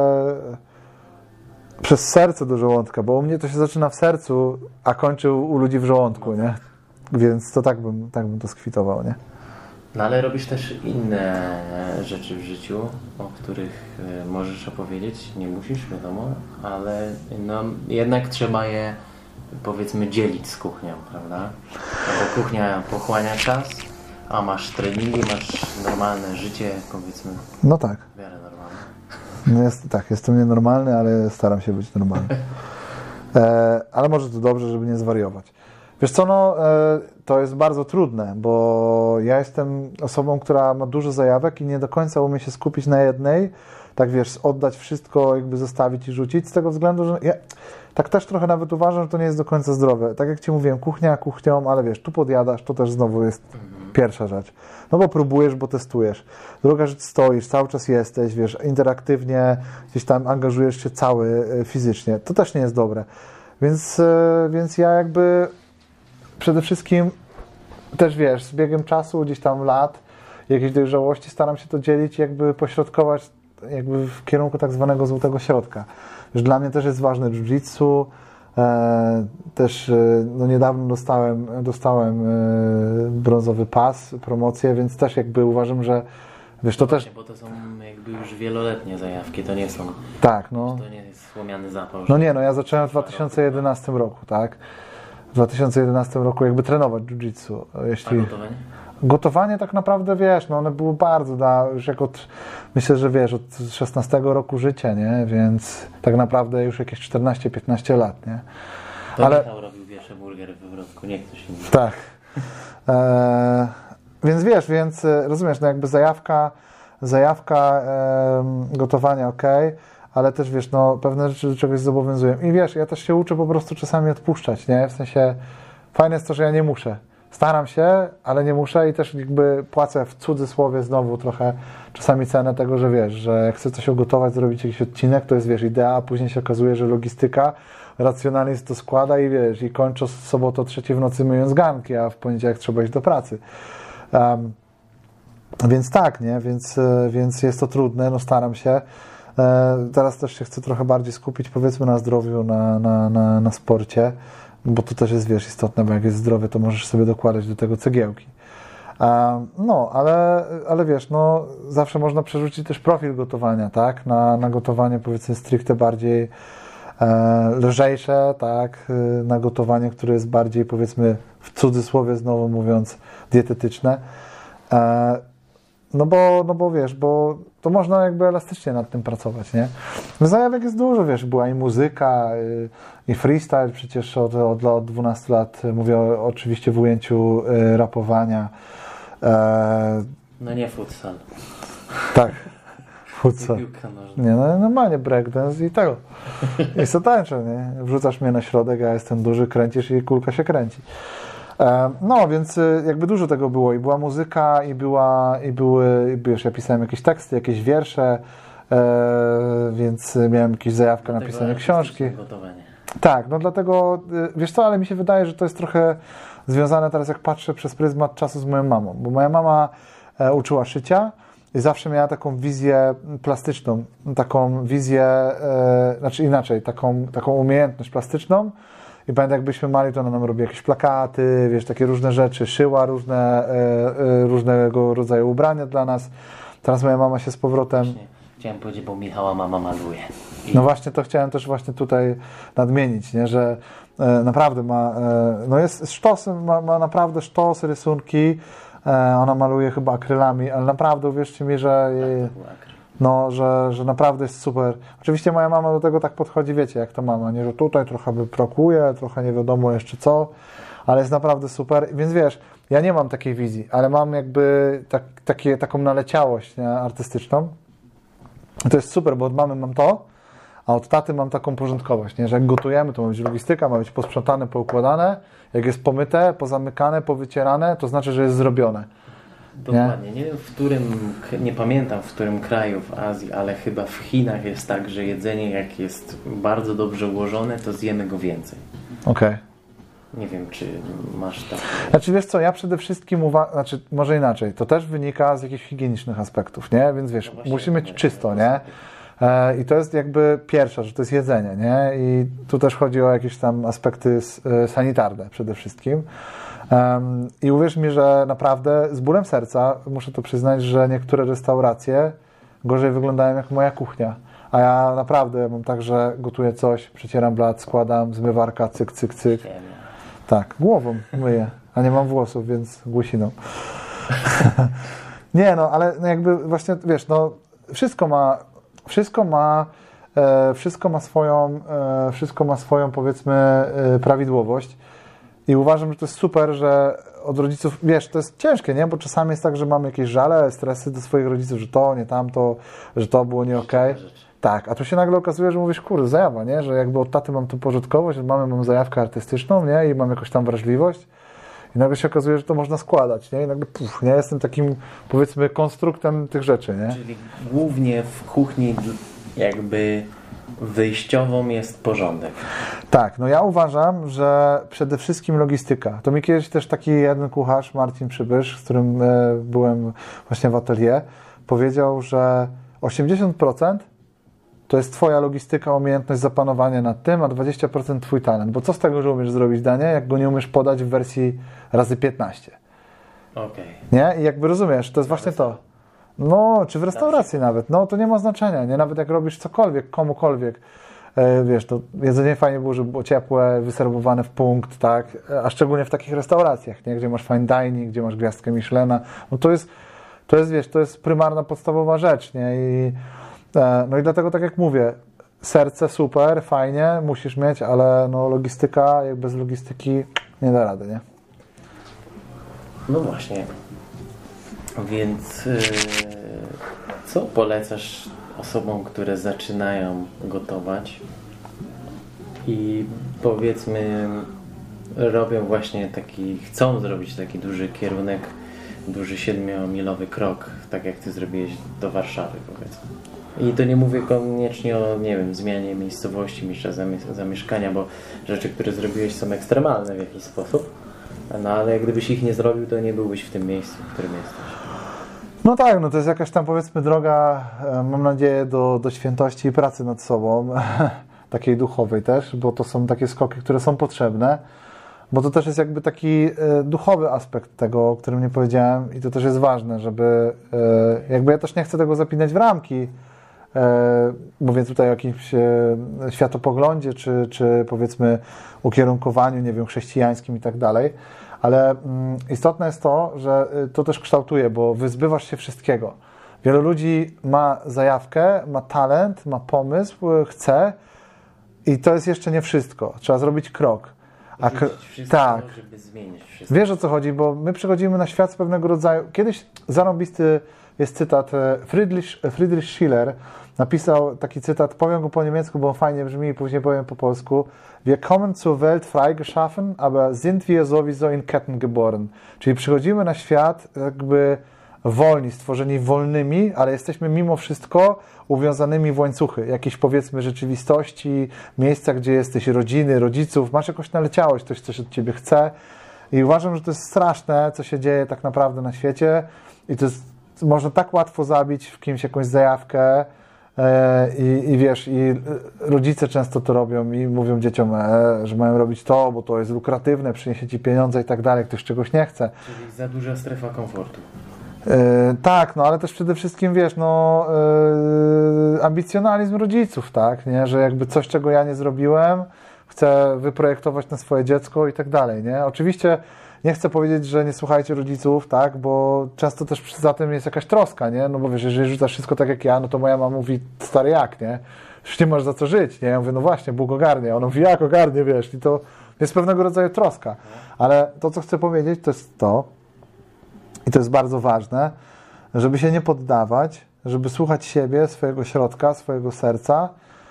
przez serce do żołądka, bo u mnie to się zaczyna w sercu, a kończy u ludzi w żołądku, nie? Więc to tak bym to skwitował, nie? No ale robisz też inne rzeczy w życiu, o których możesz opowiedzieć, nie musisz, wiadomo, ale no jednak trzeba je, powiedzmy, dzielić z kuchnią, prawda? No bo kuchnia pochłania czas, a masz treningi, masz normalne życie, powiedzmy, No tak. w miarę normalne. No tak, jestem nienormalny, ale staram się być normalny. Ale może to dobrze, żeby nie zwariować. Wiesz co, no to jest bardzo trudne, bo ja jestem osobą, która ma dużo zajawek i nie do końca umie się skupić na jednej, tak wiesz, oddać wszystko, jakby zostawić i rzucić, z tego względu, że ja tak też trochę nawet uważam, że to nie jest do końca zdrowe. Tak jak Ci mówiłem, kuchnia kuchnią, ale wiesz, tu podjadasz, to też znowu jest pierwsza rzecz. No bo próbujesz, bo testujesz. Druga rzecz, stoisz, cały czas jesteś, wiesz, interaktywnie, gdzieś tam angażujesz się cały fizycznie. To też nie jest dobre. Więc ja jakby przede wszystkim też, wiesz, z biegiem czasu, gdzieś tam lat, jakiejś dojrzałości staram się to dzielić, jakby pośrodkować jakby w kierunku tak zwanego złotego środka. Że dla mnie też jest ważne jiu-jitsu, też no niedawno dostałem brązowy pas, promocję, więc też jakby uważam, że wiesz, to też... Bo to są jakby już wieloletnie zajawki, to nie są... Tak, no. To nie jest słomiany zapał. No nie, no ja zacząłem w 2011 roku, tak? W 2011 roku jakby trenować jiu-jitsu. A gotowanie? Gotowanie tak naprawdę, wiesz, no one było bardzo, już jak myślę, że wiesz, od 16 roku życia, nie? Więc tak naprawdę już jakieś 14-15 lat, nie? To ale... Michał robił pierwsze burgery we Wrocku, nie ktoś inny. Tak. Więc wiesz, rozumiesz, no jakby zajawka gotowania okej, ale też wiesz, no pewne rzeczy do czegoś zobowiązują. I wiesz, ja też się uczę po prostu czasami odpuszczać, nie? W sensie fajne jest to, że ja nie muszę. Staram się, ale nie muszę i też jakby płacę w cudzysłowie znowu trochę czasami cenę tego, że wiesz, że jak chcę coś ugotować, zrobić jakiś odcinek, to jest, wiesz, idea, a później się okazuje, że logistyka racjonalnie się to składa i wiesz, i kończę sobotę o 3 w nocy myjąc garnki, a w poniedziałek trzeba iść do pracy. Więc tak, nie? Więc jest to trudne, no staram się. Teraz też się chcę trochę bardziej skupić, powiedzmy, na zdrowiu, na sporcie, bo to też jest, wiesz, istotne, bo jak jest zdrowie, to możesz sobie dokładać do tego cegiełki. No, ale wiesz, no, zawsze można przerzucić też profil gotowania, tak? Na gotowanie, powiedzmy, stricte bardziej lżejsze, tak? Na gotowanie, które jest bardziej, powiedzmy, w cudzysłowie znowu mówiąc, dietetyczne. No bo wiesz, bo to można jakby elastycznie nad tym pracować, nie? Zajawek jest dużo, wiesz, była i muzyka, i freestyle przecież od 12 lat, mówię oczywiście w ujęciu rapowania. No nie futsal. Tak, futsal. Piłka nożna. Nie, no normalnie breakdance i tego. I co tańczę, nie? Wrzucasz mnie na środek, ja jestem duży, kręcisz i kulka się kręci. No, więc jakby dużo tego było. I była muzyka, wiesz, ja pisałem jakieś teksty, jakieś wiersze, więc miałem jakieś zajawkę na pisanie książki. Gotowanie. Tak, no dlatego, wiesz co, ale mi się wydaje, że to jest trochę związane teraz, jak patrzę przez pryzmat czasu z moją mamą, bo moja mama uczyła szycia i zawsze miała taką wizję plastyczną, taką wizję, znaczy inaczej, taką umiejętność plastyczną. I pamiętam, jakbyśmy mali, to ona nam robiła jakieś plakaty, wiesz, takie różne rzeczy, szyła różnego rodzaju ubrania dla nas. Teraz moja mama się z powrotem... Właśnie, chciałem powiedzieć, bo Michała mama maluje. No właśnie, to chciałem też właśnie tutaj nadmienić, nie? Że naprawdę no jest sztosem, ma naprawdę sztos, rysunki. Ona maluje chyba akrylami, ale naprawdę uwierzcie mi, że... No, że naprawdę jest super. Oczywiście moja mama do tego tak podchodzi, wiecie, jak to mama, nie, że tutaj trochę wyprokuje, trochę nie wiadomo jeszcze co, ale jest naprawdę super. Więc wiesz, ja nie mam takiej wizji, ale mam jakby taką naleciałość, nie, artystyczną. I to jest super, bo od mamy mam to, a od taty mam taką porządkowość, nie, że jak gotujemy, to ma być logistyka, ma być posprzątane, poukładane, jak jest pomyte, pozamykane, powycierane, to znaczy, że jest zrobione. Dokładnie. Nie wiem, nie pamiętam w którym kraju w Azji, ale chyba w Chinach jest tak, że jedzenie jak jest bardzo dobrze ułożone, to zjemy go więcej. Okej. Nie wiem, czy masz tak... Znaczy wiesz co, ja przede wszystkim znaczy może inaczej, to też wynika z jakichś higienicznych aspektów, nie? Więc wiesz, No musi mieć czysto, nie? I to jest jakby pierwsza, że to jest jedzenie, nie? I tu też chodzi o jakieś tam aspekty sanitarne przede wszystkim. I uwierz mi, że naprawdę z bólem serca muszę to przyznać, że niektóre restauracje gorzej wyglądają jak moja kuchnia. A ja naprawdę mam tak, że gotuję coś, przecieram blat, składam, zmywarka, cyk, cyk, cyk. Tak, głową myję, a nie mam włosów, więc głusiną. Nie no, ale jakby właśnie, wiesz, no wszystko ma swoją, powiedzmy, prawidłowość. I uważam, że to jest super, że od rodziców, wiesz, to jest ciężkie, nie? Bo czasami jest tak, że mamy jakieś żale, stresy do swoich rodziców, że to, nie tamto, że to było nie okej. Tak, a tu się nagle okazuje, że mówisz, kurde, zajawa, nie? Że jakby od taty mam tu porządkowość, od mamy mam zajawkę artystyczną, nie? I mam jakąś tam wrażliwość. I nagle się okazuje, że to można składać, nie? I nagle, nie? Jestem takim, powiedzmy, konstruktem tych rzeczy, nie? Czyli głównie w kuchni jakby wyjściową jest porządek. Tak, no ja uważam, że przede wszystkim logistyka. To mi kiedyś też taki jeden kucharz, Marcin Przybysz, z którym byłem właśnie w atelier, powiedział, że 80% to jest twoja logistyka, umiejętność zapanowania nad tym, a 20% twój talent. Bo co z tego, że umiesz zrobić danie, jak go nie umiesz podać w wersji razy 15? Okej. Nie? I jakby rozumiesz, to jest właśnie to. No, czy w restauracji nawet. No, to nie ma znaczenia, nie? Nawet jak robisz cokolwiek, komukolwiek. Wiesz, to jedzenie fajnie było, żeby było ciepłe, wyserwowane w punkt, tak? A szczególnie w takich restauracjach, nie? Gdzie masz fine dining, gdzie masz gwiazdkę Michelina. No to jest, wiesz, to jest prymarna, podstawowa rzecz, nie? No i dlatego, tak jak mówię, serce super, fajnie, musisz mieć, ale no logistyka, jak bez logistyki nie da rady, nie? No właśnie. Więc co polecasz osobom, które zaczynają gotować i powiedzmy robią właśnie chcą zrobić taki duży kierunek, duży 7-milowy krok, tak jak ty zrobiłeś do Warszawy, powiedzmy. I to nie mówię koniecznie o, nie wiem, zmianie miejscowości, miejsca zamieszkania, bo rzeczy, które zrobiłeś, są ekstremalne w jakiś sposób, no ale gdybyś ich nie zrobił, to nie byłbyś w tym miejscu, w którym jesteś. No tak, no to jest jakaś tam, powiedzmy, droga, mam nadzieję, do świętości i pracy nad sobą, takiej duchowej też, bo to są takie skoki, które są potrzebne. bo to też jest jakby taki duchowy aspekt tego, o którym nie powiedziałem i to też jest ważne, żeby jakby ja też nie chcę tego zapinać w ramki, mówię tutaj o jakimś światopoglądzie, czy powiedzmy ukierunkowaniu, nie wiem, chrześcijańskim i tak dalej, ale istotne jest to, że to też kształtuje, bo wyzbywasz się wszystkiego. Wielu ludzi ma zajawkę, ma talent, ma pomysł, chce i to jest jeszcze nie wszystko. Trzeba zrobić krok. Tak. Żeby zmienić wszystko. Wiesz, o co chodzi, bo my przychodzimy na świat z pewnego rodzaju... Kiedyś zarąbisty jest cytat, Friedrich Schiller napisał taki cytat, powiem go po niemiecku, bo on fajnie brzmi i później powiem po polsku. Wir kommen zur Welt freigeschaffen, aber sind wir sowieso in Ketten geboren. Czyli przychodzimy na świat jakby wolni, stworzeni wolnymi, ale jesteśmy mimo wszystko uwiązanymi w łańcuchy, jakiejś powiedzmy rzeczywistości, miejsca, gdzie jesteś, rodziny, rodziców, masz jakąś naleciałość, ktoś coś od ciebie chce i uważam, że to jest straszne, co się dzieje tak naprawdę na świecie i to jest, można tak łatwo zabić w kimś jakąś zajawkę i wiesz, i rodzice często to robią i mówią dzieciom, że mają robić to, bo to jest lukratywne, przyniesie ci pieniądze i tak dalej, ktoś czegoś nie chce. Czyli za duża strefa komfortu. Tak, no ale też przede wszystkim, wiesz, no ambicjonalizm rodziców, tak, nie, że jakby coś, czego ja nie zrobiłem, chcę wyprojektować na swoje dziecko i tak dalej, nie. Oczywiście nie chcę powiedzieć, że nie słuchajcie rodziców, tak, bo często też za tym jest jakaś troska, nie, no bo wiesz, jeżeli rzucasz wszystko tak jak ja, no to moja mama mówi, stary jak, nie, już nie masz za co żyć, nie, ja mówię, no właśnie, Bóg ogarnie, ona mówi, jak ogarnie, wiesz, i to jest pewnego rodzaju troska, ale to, co chcę powiedzieć, to jest to, i to jest bardzo ważne, żeby się nie poddawać, żeby słuchać siebie, swojego środka, swojego serca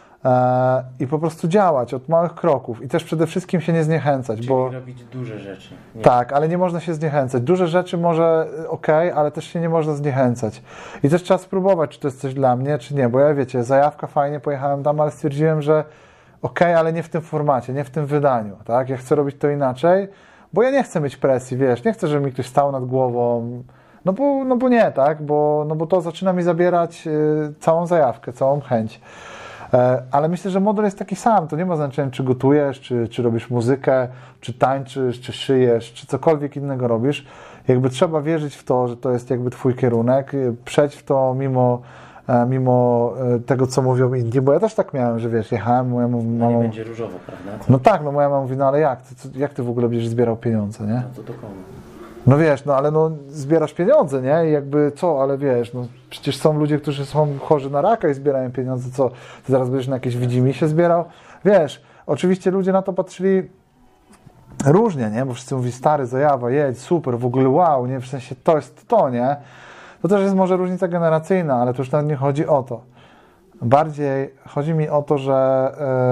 i po prostu działać od małych kroków i też przede wszystkim się nie zniechęcać. Czyli bo robić duże rzeczy. Nie. Tak, ale nie można się zniechęcać. Duże rzeczy może ale też się nie można zniechęcać. I też trzeba spróbować, czy to jest coś dla mnie, czy nie, bo ja wiecie, zajawka fajnie, pojechałem tam, ale stwierdziłem, że ale nie w tym formacie, nie w tym wydaniu, tak? Ja chcę robić to inaczej, bo ja nie chcę mieć presji, wiesz, nie chcę, żeby mi ktoś stał nad głową, no bo nie, tak, bo to zaczyna mi zabierać całą zajawkę, całą chęć. Ale myślę, że model jest taki sam, to nie ma znaczenia, czy gotujesz, czy robisz muzykę, czy tańczysz, czy szyjesz, czy cokolwiek innego robisz. Jakby trzeba wierzyć w to, że to jest jakby twój kierunek, przejść w to mimo tego, co mówią inni, bo ja też tak miałem, że wiesz, jechałem, moja mama... No nie będzie różowo, prawda? No tak, no moja mama mówi, no ale jak ty w ogóle będziesz zbierał pieniądze, nie? No to do komu? No wiesz, no ale no zbierasz pieniądze, nie? I jakby co, ale wiesz, no przecież są ludzie, którzy są chorzy na raka i zbierają pieniądze, co? Ty zaraz będziesz na jakieś widzimisię zbierał? Wiesz, oczywiście ludzie na to patrzyli różnie, nie? Bo wszyscy mówili, stary, zajawa, jedź, super, w ogóle wow, nie? W sensie to jest to, nie? To też jest może różnica generacyjna, ale to już nawet nie chodzi o to. Bardziej chodzi mi o to, że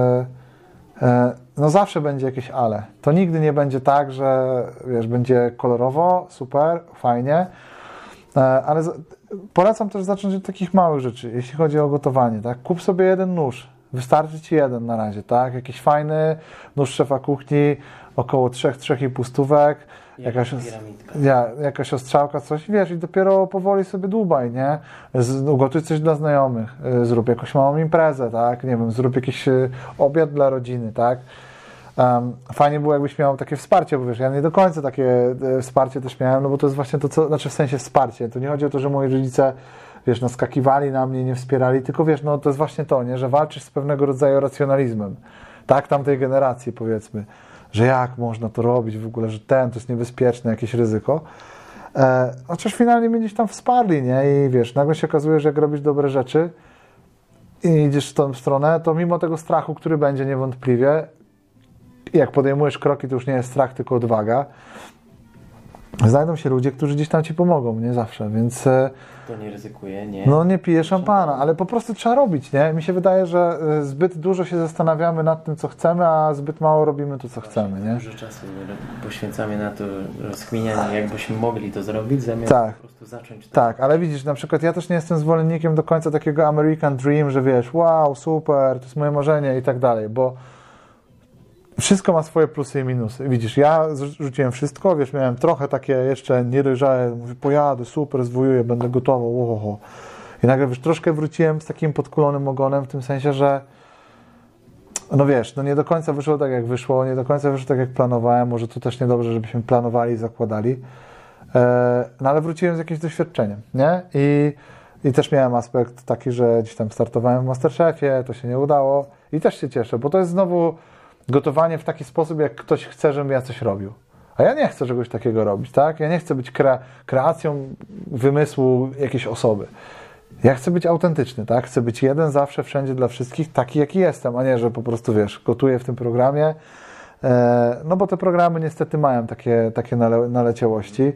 no zawsze będzie jakieś ale. To nigdy nie będzie tak, że wiesz, będzie kolorowo, super, fajnie, ale polecam też zacząć od takich małych rzeczy, jeśli chodzi o gotowanie, tak? Kup sobie jeden nóż, wystarczy ci jeden na razie, tak? Jakiś fajny nóż szefa kuchni, około 3-3,5 stówek, jakaś ostrzałka, coś, wiesz, i dopiero powoli sobie dłubaj, nie? Ugotuj coś dla znajomych, zrób jakąś małą imprezę, tak? Nie wiem, zrób jakiś obiad dla rodziny, tak? Fajnie było, jakbyś miał takie wsparcie, bo wiesz, ja nie do końca takie wsparcie też miałem, no bo to jest właśnie to, co, znaczy w sensie wsparcie, to nie chodzi o to, że moi rodzice, wiesz, no skakiwali na mnie, nie wspierali, tylko wiesz, no to jest właśnie to, nie? Że walczysz z pewnego rodzaju racjonalizmem, tak? Tamtej generacji, powiedzmy, że jak można to robić w ogóle, że to jest niebezpieczne, jakieś ryzyko. Chociaż finalnie mnie gdzieś tam wsparli, nie? I wiesz, nagle się okazuje, że jak robisz dobre rzeczy i idziesz w tą stronę, to mimo tego strachu, który będzie niewątpliwie, jak podejmujesz kroki, to już nie jest strach, tylko odwaga, znajdą się ludzie, którzy gdzieś tam ci pomogą, nie zawsze, więc... To nie ryzykuje, nie? No nie piję szampana, ale po prostu trzeba robić, nie? Mi się wydaje, że zbyt dużo się zastanawiamy nad tym, co chcemy, a zbyt mało robimy to, co chcemy, nie? Dużo czasu poświęcamy na to rozkminianie, jakbyśmy mogli to zrobić, zamiast tak, po prostu zacząć to. Tak, ale widzisz, na przykład ja też nie jestem zwolennikiem do końca takiego American Dream, że wiesz, wow, super, to jest moje marzenie i tak dalej, bo wszystko ma swoje plusy i minusy. Widzisz, ja rzuciłem wszystko, wiesz, miałem trochę takie jeszcze niedojrzałe, mówię, pojadę, super, zwojuję, będę gotowy, ohoho. I nagle, wiesz, troszkę wróciłem z takim podkulonym ogonem, w tym sensie, że no wiesz, no nie do końca wyszło tak, jak wyszło, nie do końca wyszło tak, jak planowałem, może to też niedobrze, żebyśmy planowali i zakładali, no ale wróciłem z jakimś doświadczeniem, nie? I też miałem aspekt taki, że gdzieś tam startowałem w MasterChefie, to się nie udało i też się cieszę, bo to jest znowu gotowanie w taki sposób, jak ktoś chce, żebym ja coś robił. A ja nie chcę czegoś takiego robić, tak? Ja nie chcę być kreacją wymysłu jakiejś osoby. Ja chcę być autentyczny, tak? Chcę być jeden zawsze, wszędzie dla wszystkich, taki jaki jestem, a nie, że po prostu, wiesz, gotuję w tym programie, no bo te programy niestety mają takie naleciałości.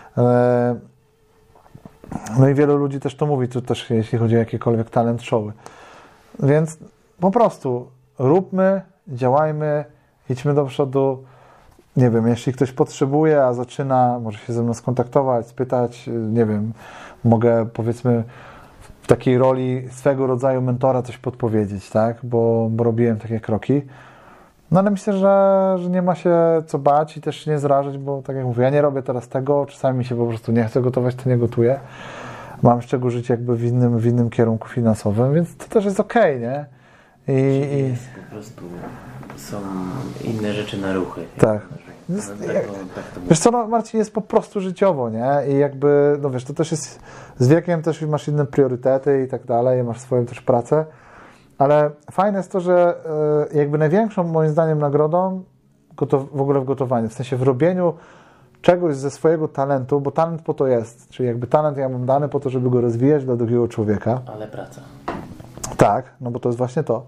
No i wielu ludzi też to mówi, to też jeśli chodzi o jakiekolwiek talent showy. Więc po prostu róbmy, działajmy, idźmy do przodu. Nie wiem, jeśli ktoś potrzebuje, a zaczyna, może się ze mną skontaktować, spytać, nie wiem, mogę powiedzmy w takiej roli swego rodzaju mentora coś podpowiedzieć, tak? Bo robiłem takie kroki. No ale myślę, że nie ma się co bać i też się nie zrażać, bo tak jak mówię, ja nie robię teraz tego, czasami mi się po prostu nie chce gotować, to nie gotuję. Mam jeszcze go żyć jakby w innym kierunku finansowym, więc to też jest okej, nie? Jest po prostu są inne rzeczy na ruchy. Tak. Tak Wiesz co, no, Marcin, jest po prostu życiowo, nie? I jakby, no wiesz, to też jest, z wiekiem też masz inne priorytety i tak dalej, masz swoją też pracę, ale fajne jest to, że jakby największą moim zdaniem nagrodą w ogóle w gotowaniu, w sensie w robieniu czegoś ze swojego talentu, bo talent po to jest, czyli jakby talent ja mam dany po to, żeby go rozwijać dla drugiego człowieka. Ale praca. Tak, no bo to jest właśnie to.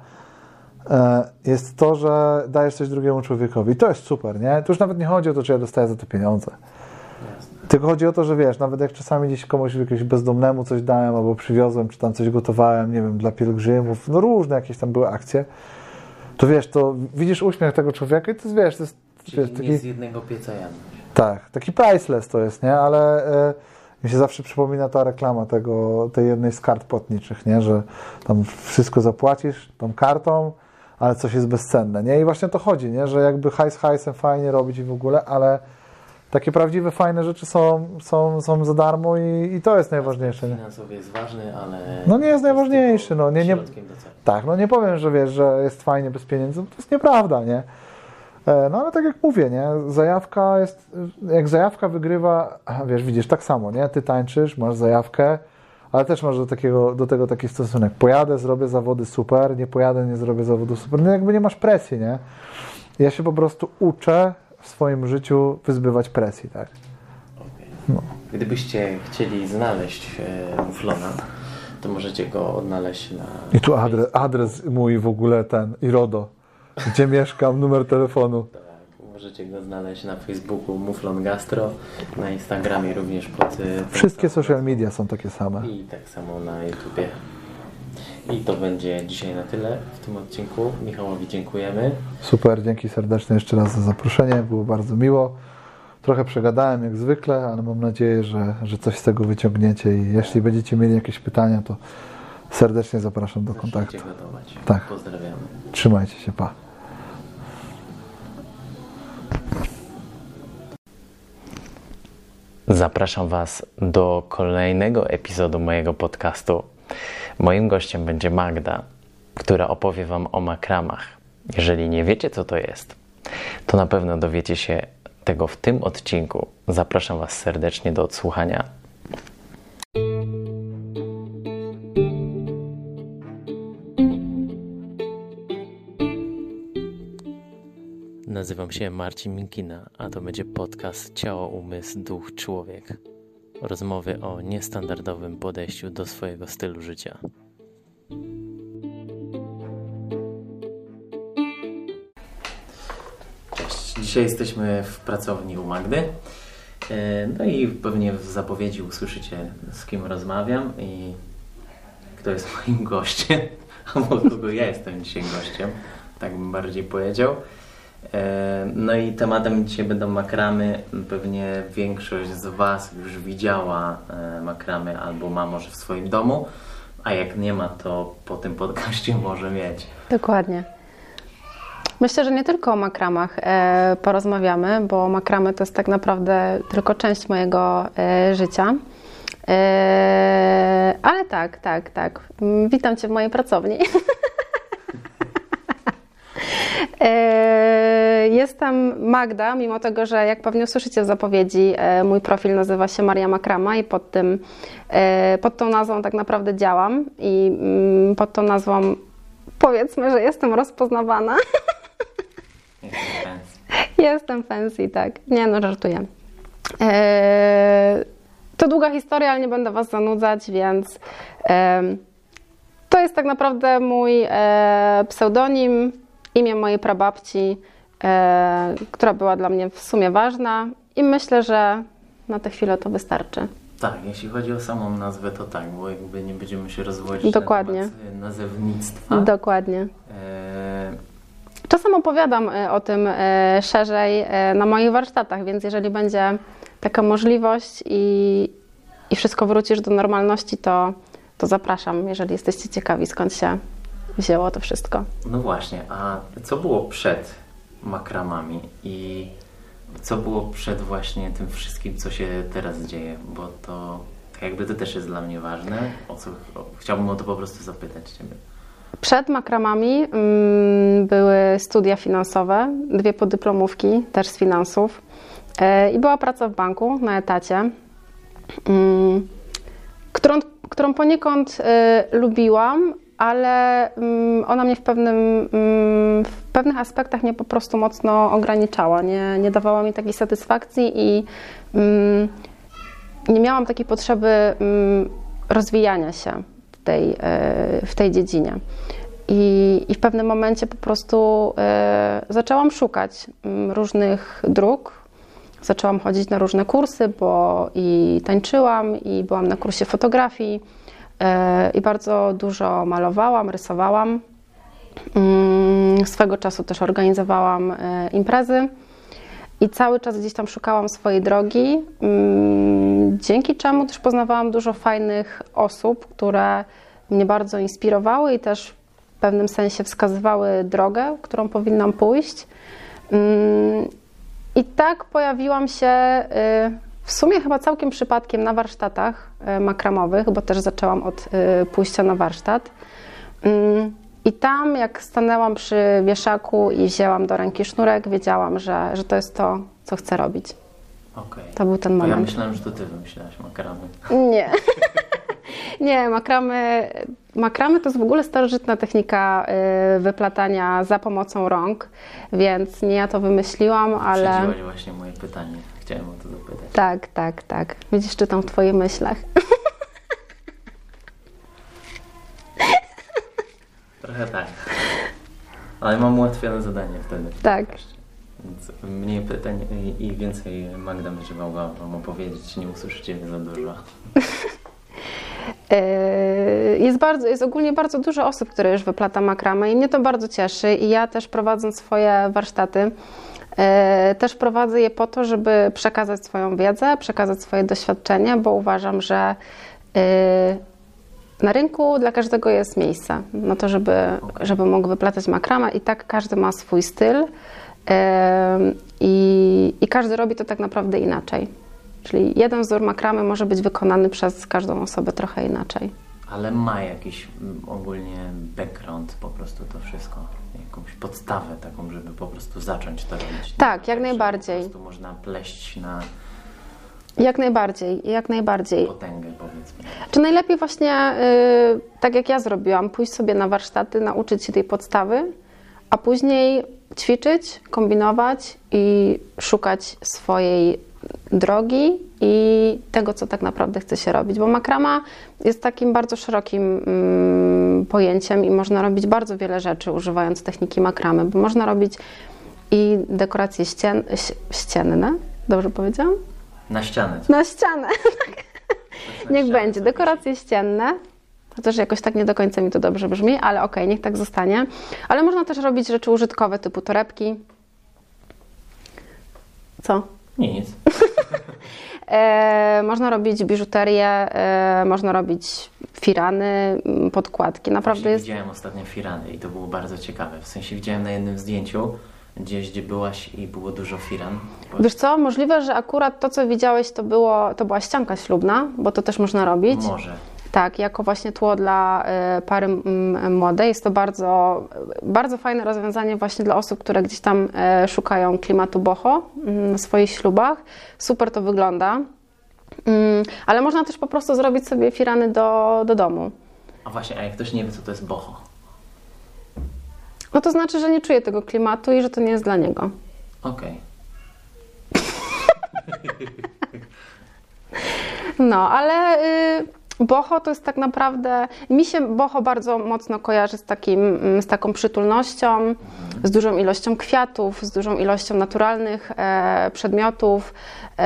Jest to, że dajesz coś drugiemu człowiekowi. I to jest super, nie? Tu już nawet nie chodzi o to, czy ja dostaję za to pieniądze. Jasne. Tylko chodzi o to, że wiesz, nawet jak czasami gdzieś komuś jakiegoś bezdomnemu coś dałem, albo przywiozłem, czy tam coś gotowałem, nie wiem, dla pielgrzymów, no różne jakieś tam były akcje, to wiesz, to widzisz uśmiech tego człowieka i to jest, wiesz, to jest Czyli wiesz, taki... nie z jednego pieca jadłeś. Tak, taki priceless to jest, nie? Ale mi się zawsze przypomina ta reklama tej jednej z kart płatniczych, nie? Że tam wszystko zapłacisz tą kartą, ale coś jest bezcenne, nie? I właśnie o to chodzi, nie? Że jakby hajsem fajnie robić i w ogóle, ale takie prawdziwe, fajne rzeczy są za darmo i to jest najważniejsze, nie? Finansowy jest ważny, ale... No nie jest najważniejszy, no. Nie, środkiem do celu. tak, no nie powiem, że wiesz, że jest fajnie bez pieniędzy, bo to jest nieprawda, nie? No ale tak jak mówię, nie? Zajawka jest, jak zajawka wygrywa, wiesz, widzisz, tak samo, nie? Ty tańczysz, masz zajawkę, ale też masz do tego taki stosunek. Pojadę, zrobię zawody, super, nie pojadę, nie zrobię zawodu, super. No jakby nie masz presji, nie? Ja się po prostu uczę w swoim życiu wyzbywać presji, tak? Okay. No. Gdybyście chcieli znaleźć Muflona, to możecie go odnaleźć na... I tu adres mój w ogóle i RODO, gdzie mieszkam, numer telefonu. Tak, możecie go znaleźć na Facebooku Muflon Gastro, na Instagramie również pod... Wszystkie social media są takie same. I tak samo na YouTubie. I to będzie dzisiaj na tyle w tym odcinku. Michałowi dziękujemy. Super, dzięki serdeczne jeszcze raz za zaproszenie, było bardzo miło. Trochę przegadałem jak zwykle, ale mam nadzieję, że coś z tego wyciągniecie i jeśli będziecie mieli jakieś pytania, to serdecznie zapraszam do kontaktu. Zacznijcie gotować. Tak. Pozdrawiamy. Trzymajcie się, pa. Zapraszam Was do kolejnego epizodu mojego podcastu. Moim gościem będzie Magda, która opowie Wam o makramach. Jeżeli nie wiecie, co to jest, to na pewno dowiecie się tego w tym odcinku. Zapraszam Was serdecznie do odsłuchania. Nazywam się Marcin Minkina, a to będzie podcast Ciało, Umysł, Duch, Człowiek. Rozmowy o niestandardowym podejściu do swojego stylu życia. Cześć, dzisiaj jesteśmy w pracowni u Magdy. No i pewnie w zapowiedzi usłyszycie, z kim rozmawiam i kto jest moim gościem, albo kogo ja jestem dzisiaj gościem, tak bym bardziej powiedział. No i tematem dzisiaj będą makramy. Pewnie większość z Was już widziała makramy albo ma może w swoim domu, a jak nie ma, to po tym podcaście może mieć. Dokładnie. Myślę, że nie tylko o makramach porozmawiamy, bo makramy to jest tak naprawdę tylko część mojego życia. Ale tak. Witam Cię w mojej pracowni. Jestem Magda, mimo tego, że jak pewnie usłyszycie w zapowiedzi, mój profil nazywa się Maria Makrama i pod tą nazwą tak naprawdę działam i pod tą nazwą powiedzmy, że jestem rozpoznawana. Jestem fancy, tak. Nie no, żartuję. To długa historia, ale nie będę Was zanudzać, więc to jest tak naprawdę mój pseudonim, imię mojej prababci, która była dla mnie w sumie ważna i myślę, że na tę chwilę to wystarczy. Tak, jeśli chodzi o samą nazwę, to tak, bo jakby nie będziemy się rozwodzić Dokładnie. na temat nazewnictwa. Dokładnie. Czasem opowiadam o tym szerzej na moich warsztatach, więc jeżeli będzie taka możliwość i wszystko wrócisz do normalności, to zapraszam, jeżeli jesteście ciekawi, skąd się wzięło to wszystko. No właśnie, a co było przed makramami i co było przed właśnie tym wszystkim, co się teraz dzieje? Bo to jakby to też jest dla mnie ważne. Chciałbym o to po prostu zapytać Ciebie. Przed makramami były studia finansowe, 2 podyplomówki, też z finansów i była praca w banku na etacie, którą poniekąd lubiłam, ale ona mnie w pewnych aspektach mnie po prostu mocno ograniczała. Nie dawała mi takiej satysfakcji i nie miałam takiej potrzeby rozwijania się w tej dziedzinie. I w pewnym momencie po prostu zaczęłam szukać różnych dróg. Zaczęłam chodzić na różne kursy, bo i tańczyłam, i byłam na kursie fotografii, i bardzo dużo malowałam, rysowałam. Swego czasu też organizowałam imprezy i cały czas gdzieś tam szukałam swojej drogi, dzięki czemu też poznawałam dużo fajnych osób, które mnie bardzo inspirowały i też w pewnym sensie wskazywały drogę, którą powinnam pójść. I tak pojawiłam się w sumie chyba całkiem przypadkiem na warsztatach makramowych, bo też zaczęłam od pójścia na warsztat. I tam jak stanęłam przy wieszaku i wzięłam do ręki sznurek, wiedziałam, że to jest to, co chcę robić. Okay. To był ten moment. Ja myślałem, że to Ty wymyślałaś makramy. Nie. Nie, makramy to jest w ogóle starożytna technika wyplatania za pomocą rąk, więc nie ja to wymyśliłam, ale... Przedziłaś właśnie moje pytanie. Chciałem o to zapytać. Tak. Widzisz, czytam w Twoich myślach. Trochę tak. Ale mam ułatwione zadanie wtedy. Tak. Więc mniej pytań i więcej Magda będzie mogła Wam opowiedzieć, nie usłyszycie mnie za dużo. Jest ogólnie bardzo dużo osób, które już wyplata makramę i mnie to bardzo cieszy i ja też prowadząc swoje warsztaty też prowadzę je po to, żeby przekazać swoją wiedzę, przekazać swoje doświadczenie, bo uważam, że na rynku dla każdego jest miejsce na to, żeby mógł wyplatać makramę i tak każdy ma swój styl i każdy robi to tak naprawdę inaczej. Czyli jeden wzór makramy może być wykonany przez każdą osobę trochę inaczej. Ale ma jakiś ogólnie background po prostu to wszystko? Jakąś podstawę taką, żeby po prostu zacząć to robić? Tak, jak najbardziej. Po prostu można pleść na... Jak najbardziej. Potęgę, powiedzmy. Czy najlepiej właśnie, tak jak ja zrobiłam, pójść sobie na warsztaty, nauczyć się tej podstawy, a później ćwiczyć, kombinować i szukać swojej drogi i tego, co tak naprawdę chce się robić. Bo makrama jest takim bardzo szerokim pojęciem i można robić bardzo wiele rzeczy używając techniki makramy, bo można robić i dekoracje ścienne, dobrze powiedziałam? Na ścianę. Na ścianę. Niech będzie. Dekoracje ścienne. Chociaż jakoś tak nie do końca mi to dobrze brzmi, ale okej, niech tak zostanie. Ale można też robić rzeczy użytkowe typu torebki. Co? Nic. Można robić biżuterię, można robić firany, podkładki. Naprawdę jest... Widziałem ostatnio firany i to było bardzo ciekawe. W sensie widziałem na jednym zdjęciu gdzie byłaś i było dużo firan. Wiesz co, możliwe, że akurat to, co widziałeś, to była ścianka ślubna, bo to też można robić. Może. Tak, jako właśnie tło dla pary młodej. Jest to bardzo, bardzo fajne rozwiązanie właśnie dla osób, które gdzieś tam szukają klimatu boho na swoich ślubach. Super to wygląda. Ale można też po prostu zrobić sobie firany do domu. A właśnie, a jak ktoś nie wie, co to jest boho? No to znaczy, że nie czuje tego klimatu i że to nie jest dla niego. Okej. No, ale boho to jest tak naprawdę... Mi się boho bardzo mocno kojarzy z taką przytulnością, z dużą ilością kwiatów, z dużą ilością naturalnych przedmiotów.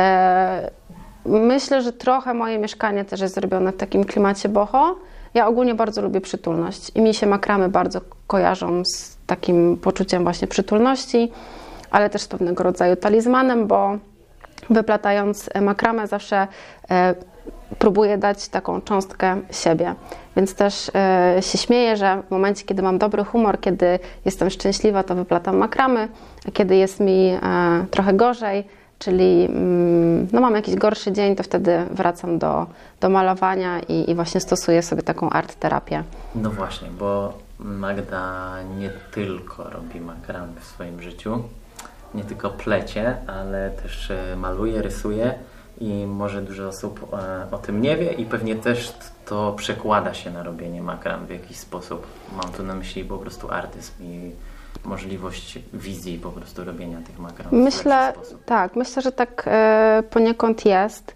Myślę, że trochę moje mieszkanie też jest zrobione w takim klimacie boho. Ja ogólnie bardzo lubię przytulność i mi się makramy bardzo kojarzą z takim poczuciem właśnie przytulności, ale też z pewnego rodzaju talizmanem, bo wyplatając makramę zawsze próbuję dać taką cząstkę siebie. Więc też się śmieję, że w momencie, kiedy mam dobry humor, kiedy jestem szczęśliwa, to wyplatam makramy, a kiedy jest mi trochę gorzej, czyli no, mam jakiś gorszy dzień, to wtedy wracam do malowania i właśnie stosuję sobie taką art terapię. No właśnie, bo Magda nie tylko robi makramy w swoim życiu, nie tylko plecie, ale też maluje, rysuje i może dużo osób o tym nie wie i pewnie też to przekłada się na robienie makram w jakiś sposób. Mam tu na myśli po prostu artyzm i możliwość wizji po prostu robienia tych makram w lepszy sposób. Tak, myślę, że tak poniekąd jest.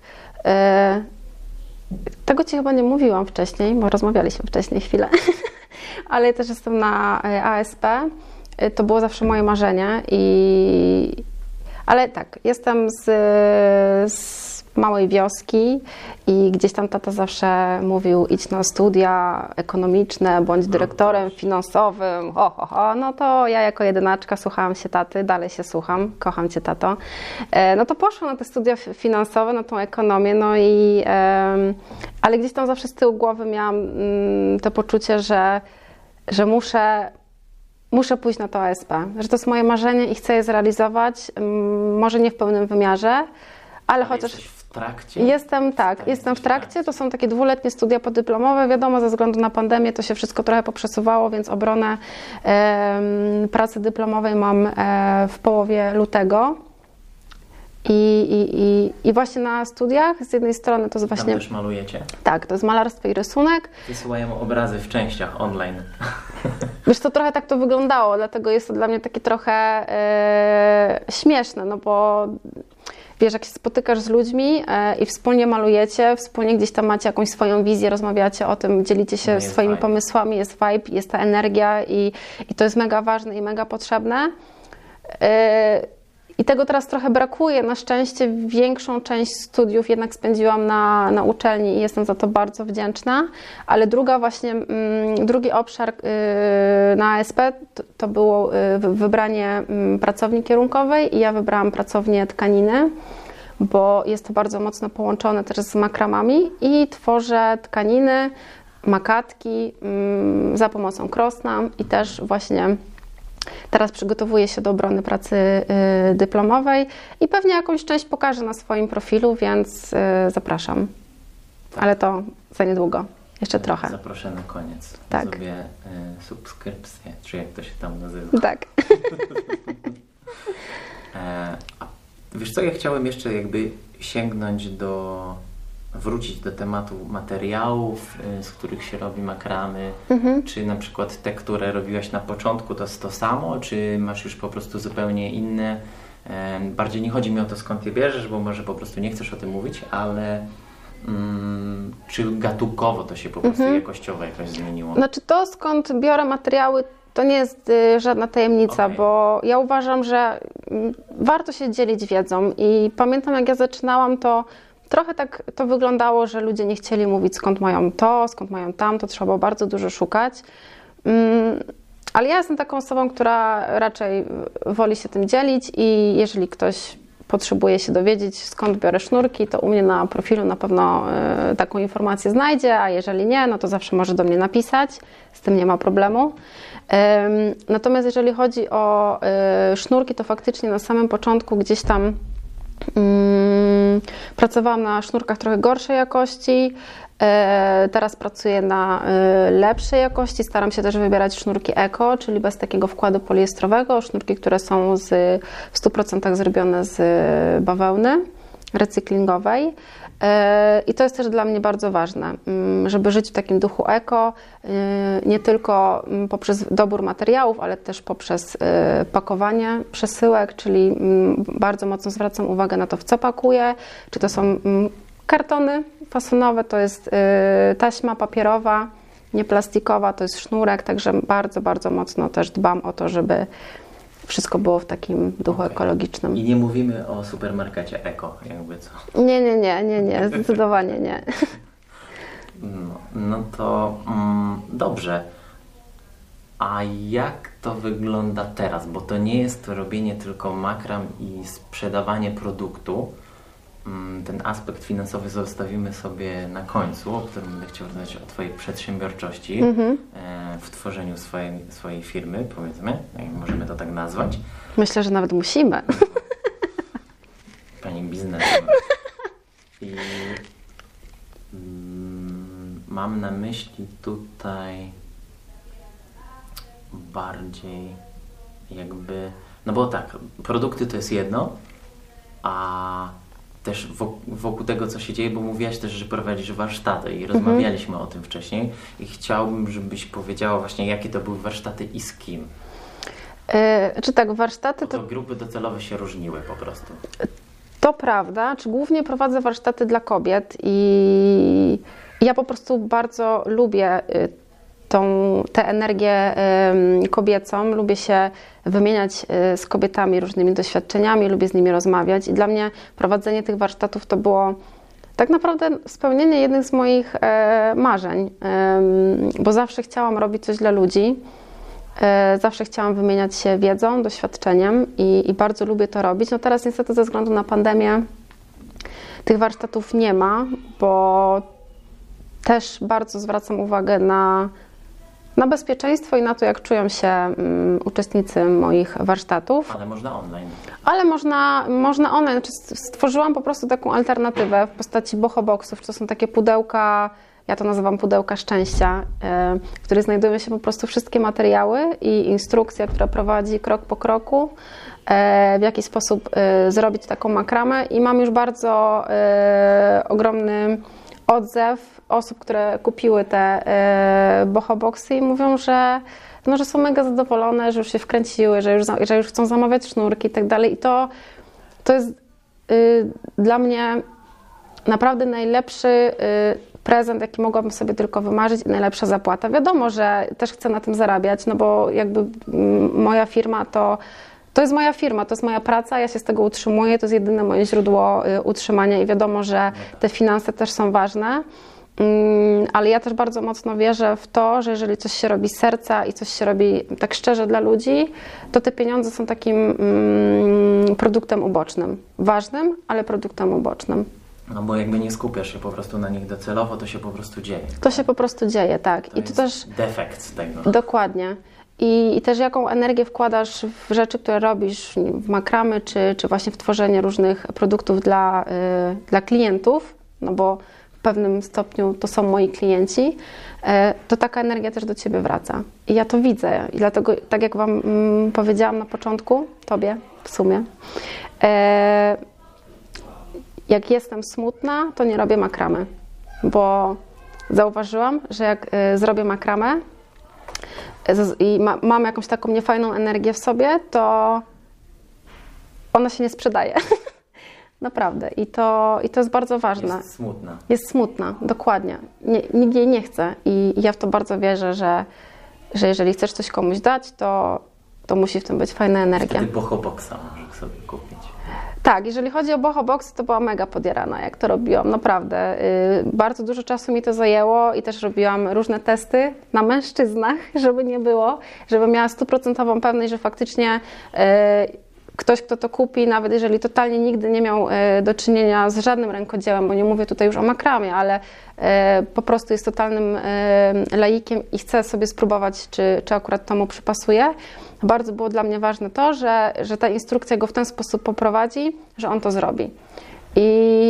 Tego Ci chyba nie mówiłam wcześniej, bo rozmawialiśmy wcześniej chwilę, ale ja też jestem na ASP. To było zawsze moje marzenie ale tak, jestem z małej wioski i gdzieś tam tata zawsze mówił: idź na studia ekonomiczne, bądź dyrektorem finansowym, No to ja jako jedynaczka słuchałam się taty, dalej się słucham, kocham Cię, tato. No to poszłam na te studia finansowe, na tą ekonomię, ale gdzieś tam zawsze z tyłu głowy miałam to poczucie, że muszę pójść na to ASP, że to jest moje marzenie i chcę je zrealizować, może nie w pełnym wymiarze, ale chociaż... Jesteś w trakcie? Jestem w trakcie. To są takie 2-letnie studia podyplomowe. Wiadomo, ze względu na pandemię to się wszystko trochę poprzesuwało, więc obronę pracy dyplomowej mam w połowie lutego. I właśnie na studiach z jednej strony to jest właśnie... Tam też malujecie? Tak, to jest malarstwo i rysunek. Wysyłają obrazy w częściach online. Wiesz, to trochę tak to wyglądało, dlatego jest to dla mnie takie trochę śmieszne, no bo wiesz, jak się spotykasz z ludźmi i wspólnie malujecie, wspólnie gdzieś tam macie jakąś swoją wizję, rozmawiacie o tym, dzielicie się swoimi pomysłami, jest vibe, jest ta energia i to jest mega ważne i mega potrzebne. I tego teraz trochę brakuje. Na szczęście większą część studiów jednak spędziłam na uczelni i jestem za to bardzo wdzięczna. Ale drugi obszar na ASP to było wybranie pracowni kierunkowej i ja wybrałam pracownię tkaniny, bo jest to bardzo mocno połączone też z makramami i tworzę tkaniny, makatki za pomocą krosna i też właśnie teraz przygotowuję się do obrony pracy dyplomowej i pewnie jakąś część pokażę na swoim profilu, więc zapraszam. Tak. Ale to za niedługo, jeszcze trochę. Zaproszę na koniec. Tak. Zrobię subskrypcję, czy jak to się tam nazywa. Tak. Wiesz co, ja chciałem jeszcze jakby wrócić do tematu materiałów, z których się robi makramy, czy na przykład te, które robiłaś na początku, to jest to samo, czy masz już po prostu zupełnie inne? Bardziej nie chodzi mi o to, skąd je bierzesz, bo może po prostu nie chcesz o tym mówić, ale czy gatunkowo to się po prostu jakościowo jakoś zmieniło? Znaczy to, skąd biorę materiały, to nie jest żadna tajemnica, bo ja uważam, że warto się dzielić wiedzą i pamiętam, jak ja zaczynałam, to trochę tak to wyglądało, że ludzie nie chcieli mówić, skąd mają to, skąd mają tamto, trzeba było bardzo dużo szukać. Ale ja jestem taką osobą, która raczej woli się tym dzielić i jeżeli ktoś potrzebuje się dowiedzieć, skąd biorę sznurki, to u mnie na profilu na pewno taką informację znajdzie, a jeżeli nie, no to zawsze może do mnie napisać, z tym nie ma problemu. Natomiast jeżeli chodzi o sznurki, to faktycznie na samym początku gdzieś tam Pracowałam na sznurkach trochę gorszej jakości, teraz pracuję na lepszej jakości. Staram się też wybierać sznurki eko, czyli bez takiego wkładu poliestrowego, sznurki, które są w 100% zrobione z bawełny recyklingowej. I to jest też dla mnie bardzo ważne, żeby żyć w takim duchu eko, nie tylko poprzez dobór materiałów, ale też poprzez pakowanie przesyłek, czyli bardzo mocno zwracam uwagę na to, w co pakuję, czy to są kartony fasonowe, to jest taśma papierowa, nie plastikowa, to jest sznurek, także bardzo, bardzo mocno też dbam o to, żeby wszystko było w takim duchu ekologicznym. I nie mówimy o supermarkecie eko, jakby co. Nie, zdecydowanie nie. No to dobrze. A jak to wygląda teraz? Bo to nie jest to robienie tylko makram i sprzedawanie produktu. Ten aspekt finansowy zostawimy sobie na końcu, o którym będę chciał rozmawiać, o Twojej przedsiębiorczości w tworzeniu swojej firmy, powiedzmy, możemy to tak nazwać. Myślę, że nawet musimy. Pani biznesu. I mam na myśli tutaj bardziej jakby, no bo tak, produkty to jest jedno, a też wokół tego, co się dzieje, bo mówiłaś też, że prowadzisz warsztaty i rozmawialiśmy o tym wcześniej i chciałbym, żebyś powiedziała właśnie, jakie to były warsztaty i z kim. Czy tak, warsztaty to grupy docelowe się różniły po prostu. To prawda, czy głównie prowadzę warsztaty dla kobiet i ja po prostu bardzo lubię tę energię kobiecą, lubię się wymieniać z kobietami różnymi doświadczeniami, lubię z nimi rozmawiać i dla mnie prowadzenie tych warsztatów to było tak naprawdę spełnienie jednych z moich marzeń, bo zawsze chciałam robić coś dla ludzi, zawsze chciałam wymieniać się wiedzą, doświadczeniem i bardzo lubię to robić. No teraz niestety ze względu na pandemię tych warsztatów nie ma, bo też bardzo zwracam uwagę na bezpieczeństwo i na to, jak czują się uczestnicy moich warsztatów. Ale można online. Ale można online. Stworzyłam po prostu taką alternatywę w postaci bohoboxów. To są takie pudełka, ja to nazywam pudełka szczęścia, w których znajdują się po prostu wszystkie materiały i instrukcja, która prowadzi krok po kroku, w jaki sposób zrobić taką makramę. I mam już bardzo ogromny odzew osób, które kupiły te bohoboxy i mówią, że są mega zadowolone, że już się wkręciły, że już chcą zamawiać sznurki i tak dalej. I to jest dla mnie naprawdę najlepszy prezent, jaki mogłabym sobie tylko wymarzyć i najlepsza zapłata. Wiadomo, że też chcę na tym zarabiać, no bo jakby moja firma to jest moja firma, to jest moja praca, ja się z tego utrzymuję, to jest jedyne moje źródło utrzymania i wiadomo, że te finanse też są ważne, ale ja też bardzo mocno wierzę w to, że jeżeli coś się robi z serca i coś się robi tak szczerze dla ludzi, to te pieniądze są takim produktem ubocznym. Ważnym, ale produktem ubocznym. No bo jakby nie skupiasz się po prostu na nich docelowo, to się po prostu dzieje. To się po prostu dzieje, tak. To jest też defekt tego. Dokładnie. I też jaką energię wkładasz w rzeczy, które robisz, w makramy, czy właśnie w tworzenie różnych produktów dla klientów, no bo w pewnym stopniu to są moi klienci, to taka energia też do Ciebie wraca. I ja to widzę. I dlatego, tak jak Wam powiedziałam na początku, Tobie w sumie, jak jestem smutna, to nie robię makramy, bo zauważyłam, że jak zrobię makramę i mam jakąś taką niefajną energię w sobie, to ona się nie sprzedaje. Naprawdę. I to jest bardzo ważne. Jest smutna. Jest smutna, dokładnie. Nikt jej nie chce. I ja w to bardzo wierzę, że jeżeli chcesz coś komuś dać, to musi w tym być fajna energia. Wtedy bohoboxa możesz sobie kupić. Tak, jeżeli chodzi o bohoboxy, to była mega podjarana, jak to robiłam, naprawdę. Bardzo dużo czasu mi to zajęło i też robiłam różne testy na mężczyznach, żeby nie było, żebym miała 100% pewność, że faktycznie ktoś, kto to kupi, nawet jeżeli totalnie nigdy nie miał do czynienia z żadnym rękodziełem, bo nie mówię tutaj już o makramie, ale po prostu jest totalnym laikiem i chce sobie spróbować, czy akurat to mu przypasuje. Bardzo było dla mnie ważne to, że ta instrukcja go w ten sposób poprowadzi, że on to zrobi.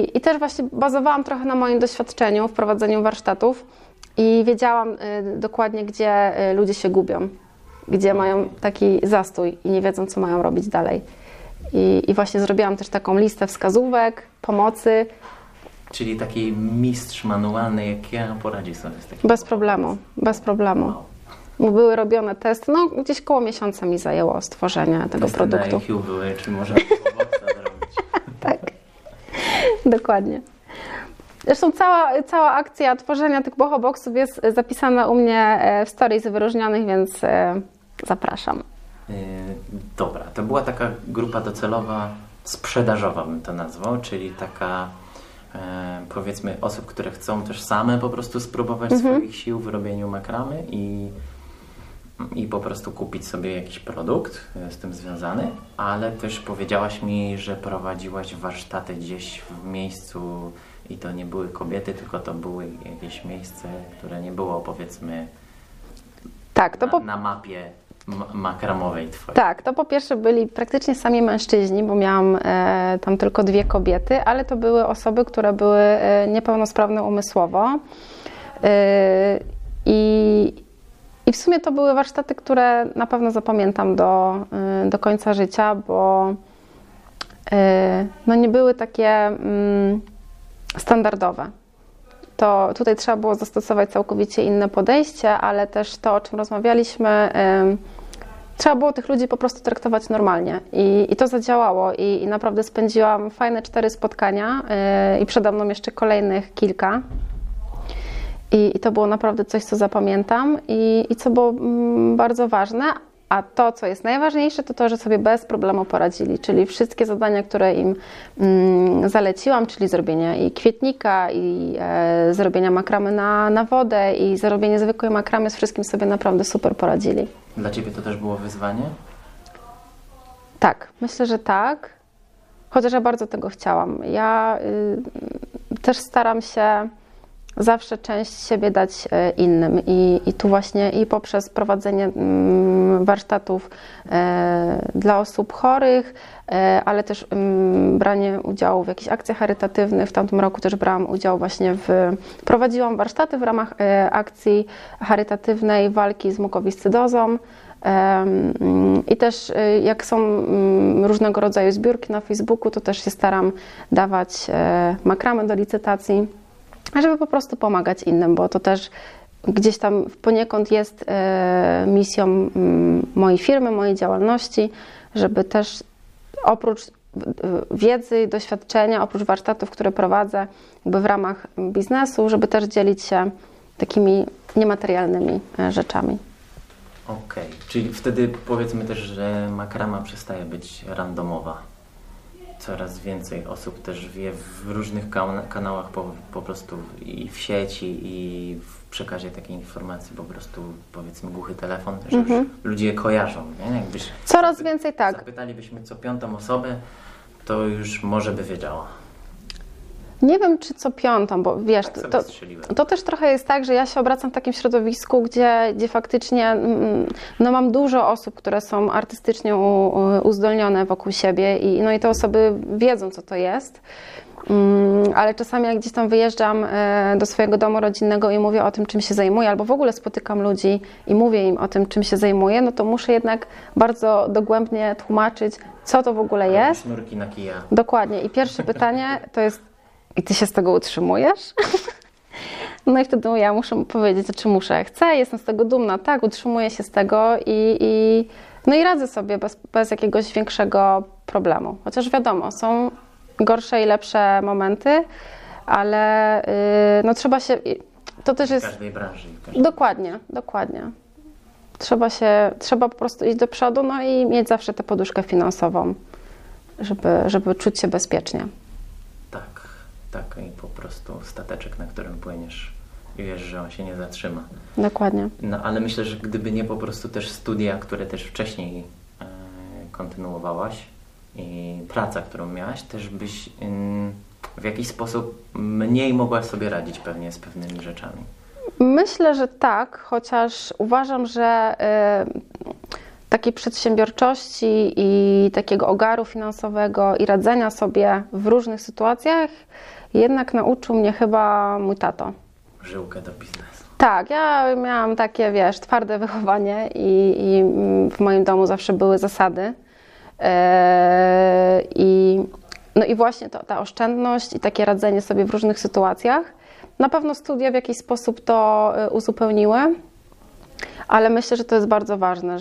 I też właśnie bazowałam trochę na moim doświadczeniu w prowadzeniu warsztatów i wiedziałam dokładnie, gdzie ludzie się gubią, gdzie mają taki zastój i nie wiedzą, co mają robić dalej. I właśnie zrobiłam też taką listę wskazówek, pomocy. Czyli taki mistrz manualny jak ja poradzi sobie z takim. Bez problemu, bez problemu. Wow. Były robione testy, no gdzieś koło miesiąca mi zajęło stworzenie tego Testy produktu. na IQ były, czy można Boxa zrobić. Tak, dokładnie. Zresztą cała akcja tworzenia tych bohoboxów jest zapisana u mnie w stories wyróżnionych, więc zapraszam. Dobra, to była taka grupa docelowa, sprzedażowa bym to nazwał, czyli taka powiedzmy osób, które chcą też same po prostu spróbować swoich sił w robieniu makramy i po prostu kupić sobie jakiś produkt z tym związany, ale też powiedziałaś mi, że prowadziłaś warsztaty gdzieś w miejscu i to nie były kobiety, tylko to były jakieś miejsce, które nie było powiedzmy Tak, na mapie makramowej twojej. Tak, to po pierwsze byli praktycznie sami mężczyźni, bo miałam tam tylko 2 kobiety, ale to były osoby, które były niepełnosprawne umysłowo. I w sumie to były warsztaty, które na pewno zapamiętam do końca życia, bo no nie były takie standardowe. To tutaj trzeba było zastosować całkowicie inne podejście, ale też to, o czym rozmawialiśmy, trzeba było tych ludzi po prostu traktować normalnie. I to zadziałało i naprawdę spędziłam fajne 4 spotkania i przede mną jeszcze kolejnych kilka. I to było naprawdę coś, co zapamiętam i co było bardzo ważne. A to, co jest najważniejsze, to to, że sobie bez problemu poradzili, czyli wszystkie zadania, które im zaleciłam, czyli zrobienie i kwietnika, i zrobienia makramy na wodę, i zrobienie zwykłej makramy, z wszystkim sobie naprawdę super poradzili. Dla Ciebie to też było wyzwanie? Tak, myślę, że tak, chociaż ja bardzo tego chciałam. Ja też staram się zawsze część siebie dać innym i tu właśnie i poprzez prowadzenie warsztatów dla osób chorych, ale też branie udziału w jakichś akcjach charytatywnych. W tamtym roku też brałam udział właśnie prowadziłam warsztaty w ramach akcji charytatywnej walki z mukowiscydozą. I też jak są różnego rodzaju zbiórki na Facebooku, to też się staram dawać makramę do licytacji, żeby po prostu pomagać innym, bo to też gdzieś tam poniekąd jest misją mojej firmy, mojej działalności, żeby też oprócz wiedzy i doświadczenia, oprócz warsztatów, które prowadzę jakby w ramach biznesu, żeby też dzielić się takimi niematerialnymi rzeczami. Okej, czyli wtedy powiedzmy też, że makrama przestaje być randomowa. Coraz więcej osób też wie w różnych kanałach po prostu i w sieci, i w przekazie takiej informacji po prostu powiedzmy głuchy telefon, że już ludzie je kojarzą. Nie? Jakbyś Coraz więcej tak. Zapytalibyśmy co 5. osobę, to już może by wiedziała. Nie wiem, czy co 5, bo wiesz, Tak to też trochę jest tak, że ja się obracam w takim środowisku, gdzie faktycznie no, mam dużo osób, które są artystycznie uzdolnione wokół siebie i te osoby wiedzą, co to jest. Ale czasami jak gdzieś tam wyjeżdżam do swojego domu rodzinnego i mówię o tym, czym się zajmuję, albo w ogóle spotykam ludzi i mówię im o tym, czym się zajmuję, no to muszę jednak bardzo dogłębnie tłumaczyć, co to w ogóle jest. Sznurki na kija. Dokładnie. I pierwsze pytanie to jest: i ty się z tego utrzymujesz? No i wtedy ja muszę powiedzieć, czy muszę. Chcę, jestem z tego dumna, tak, utrzymuję się z tego no i radzę sobie bez jakiegoś większego problemu. Chociaż wiadomo, są gorsze i lepsze momenty, ale no trzeba się... To też jest... W każdej branży. Dokładnie. Trzeba po prostu iść do przodu, no i mieć zawsze tę poduszkę finansową, żeby czuć się bezpiecznie. Tak, i po prostu stateczek, na którym płyniesz i wiesz, że on się nie zatrzyma. Dokładnie. No ale myślę, że gdyby nie po prostu też studia, które też wcześniej kontynuowałaś i praca, którą miałaś, też byś w jakiś sposób mniej mogła sobie radzić pewnie z pewnymi rzeczami. Myślę, że tak, chociaż uważam, że takiej przedsiębiorczości i takiego ogaru finansowego i radzenia sobie w różnych sytuacjach jednak nauczył mnie chyba mój tato. Żyłkę do biznesu. Tak, ja miałam takie, wiesz, twarde wychowanie i w moim domu zawsze były zasady. No i właśnie ta oszczędność i takie radzenie sobie w różnych sytuacjach. Na pewno studia w jakiś sposób to uzupełniły, ale myślę, że to jest bardzo ważne,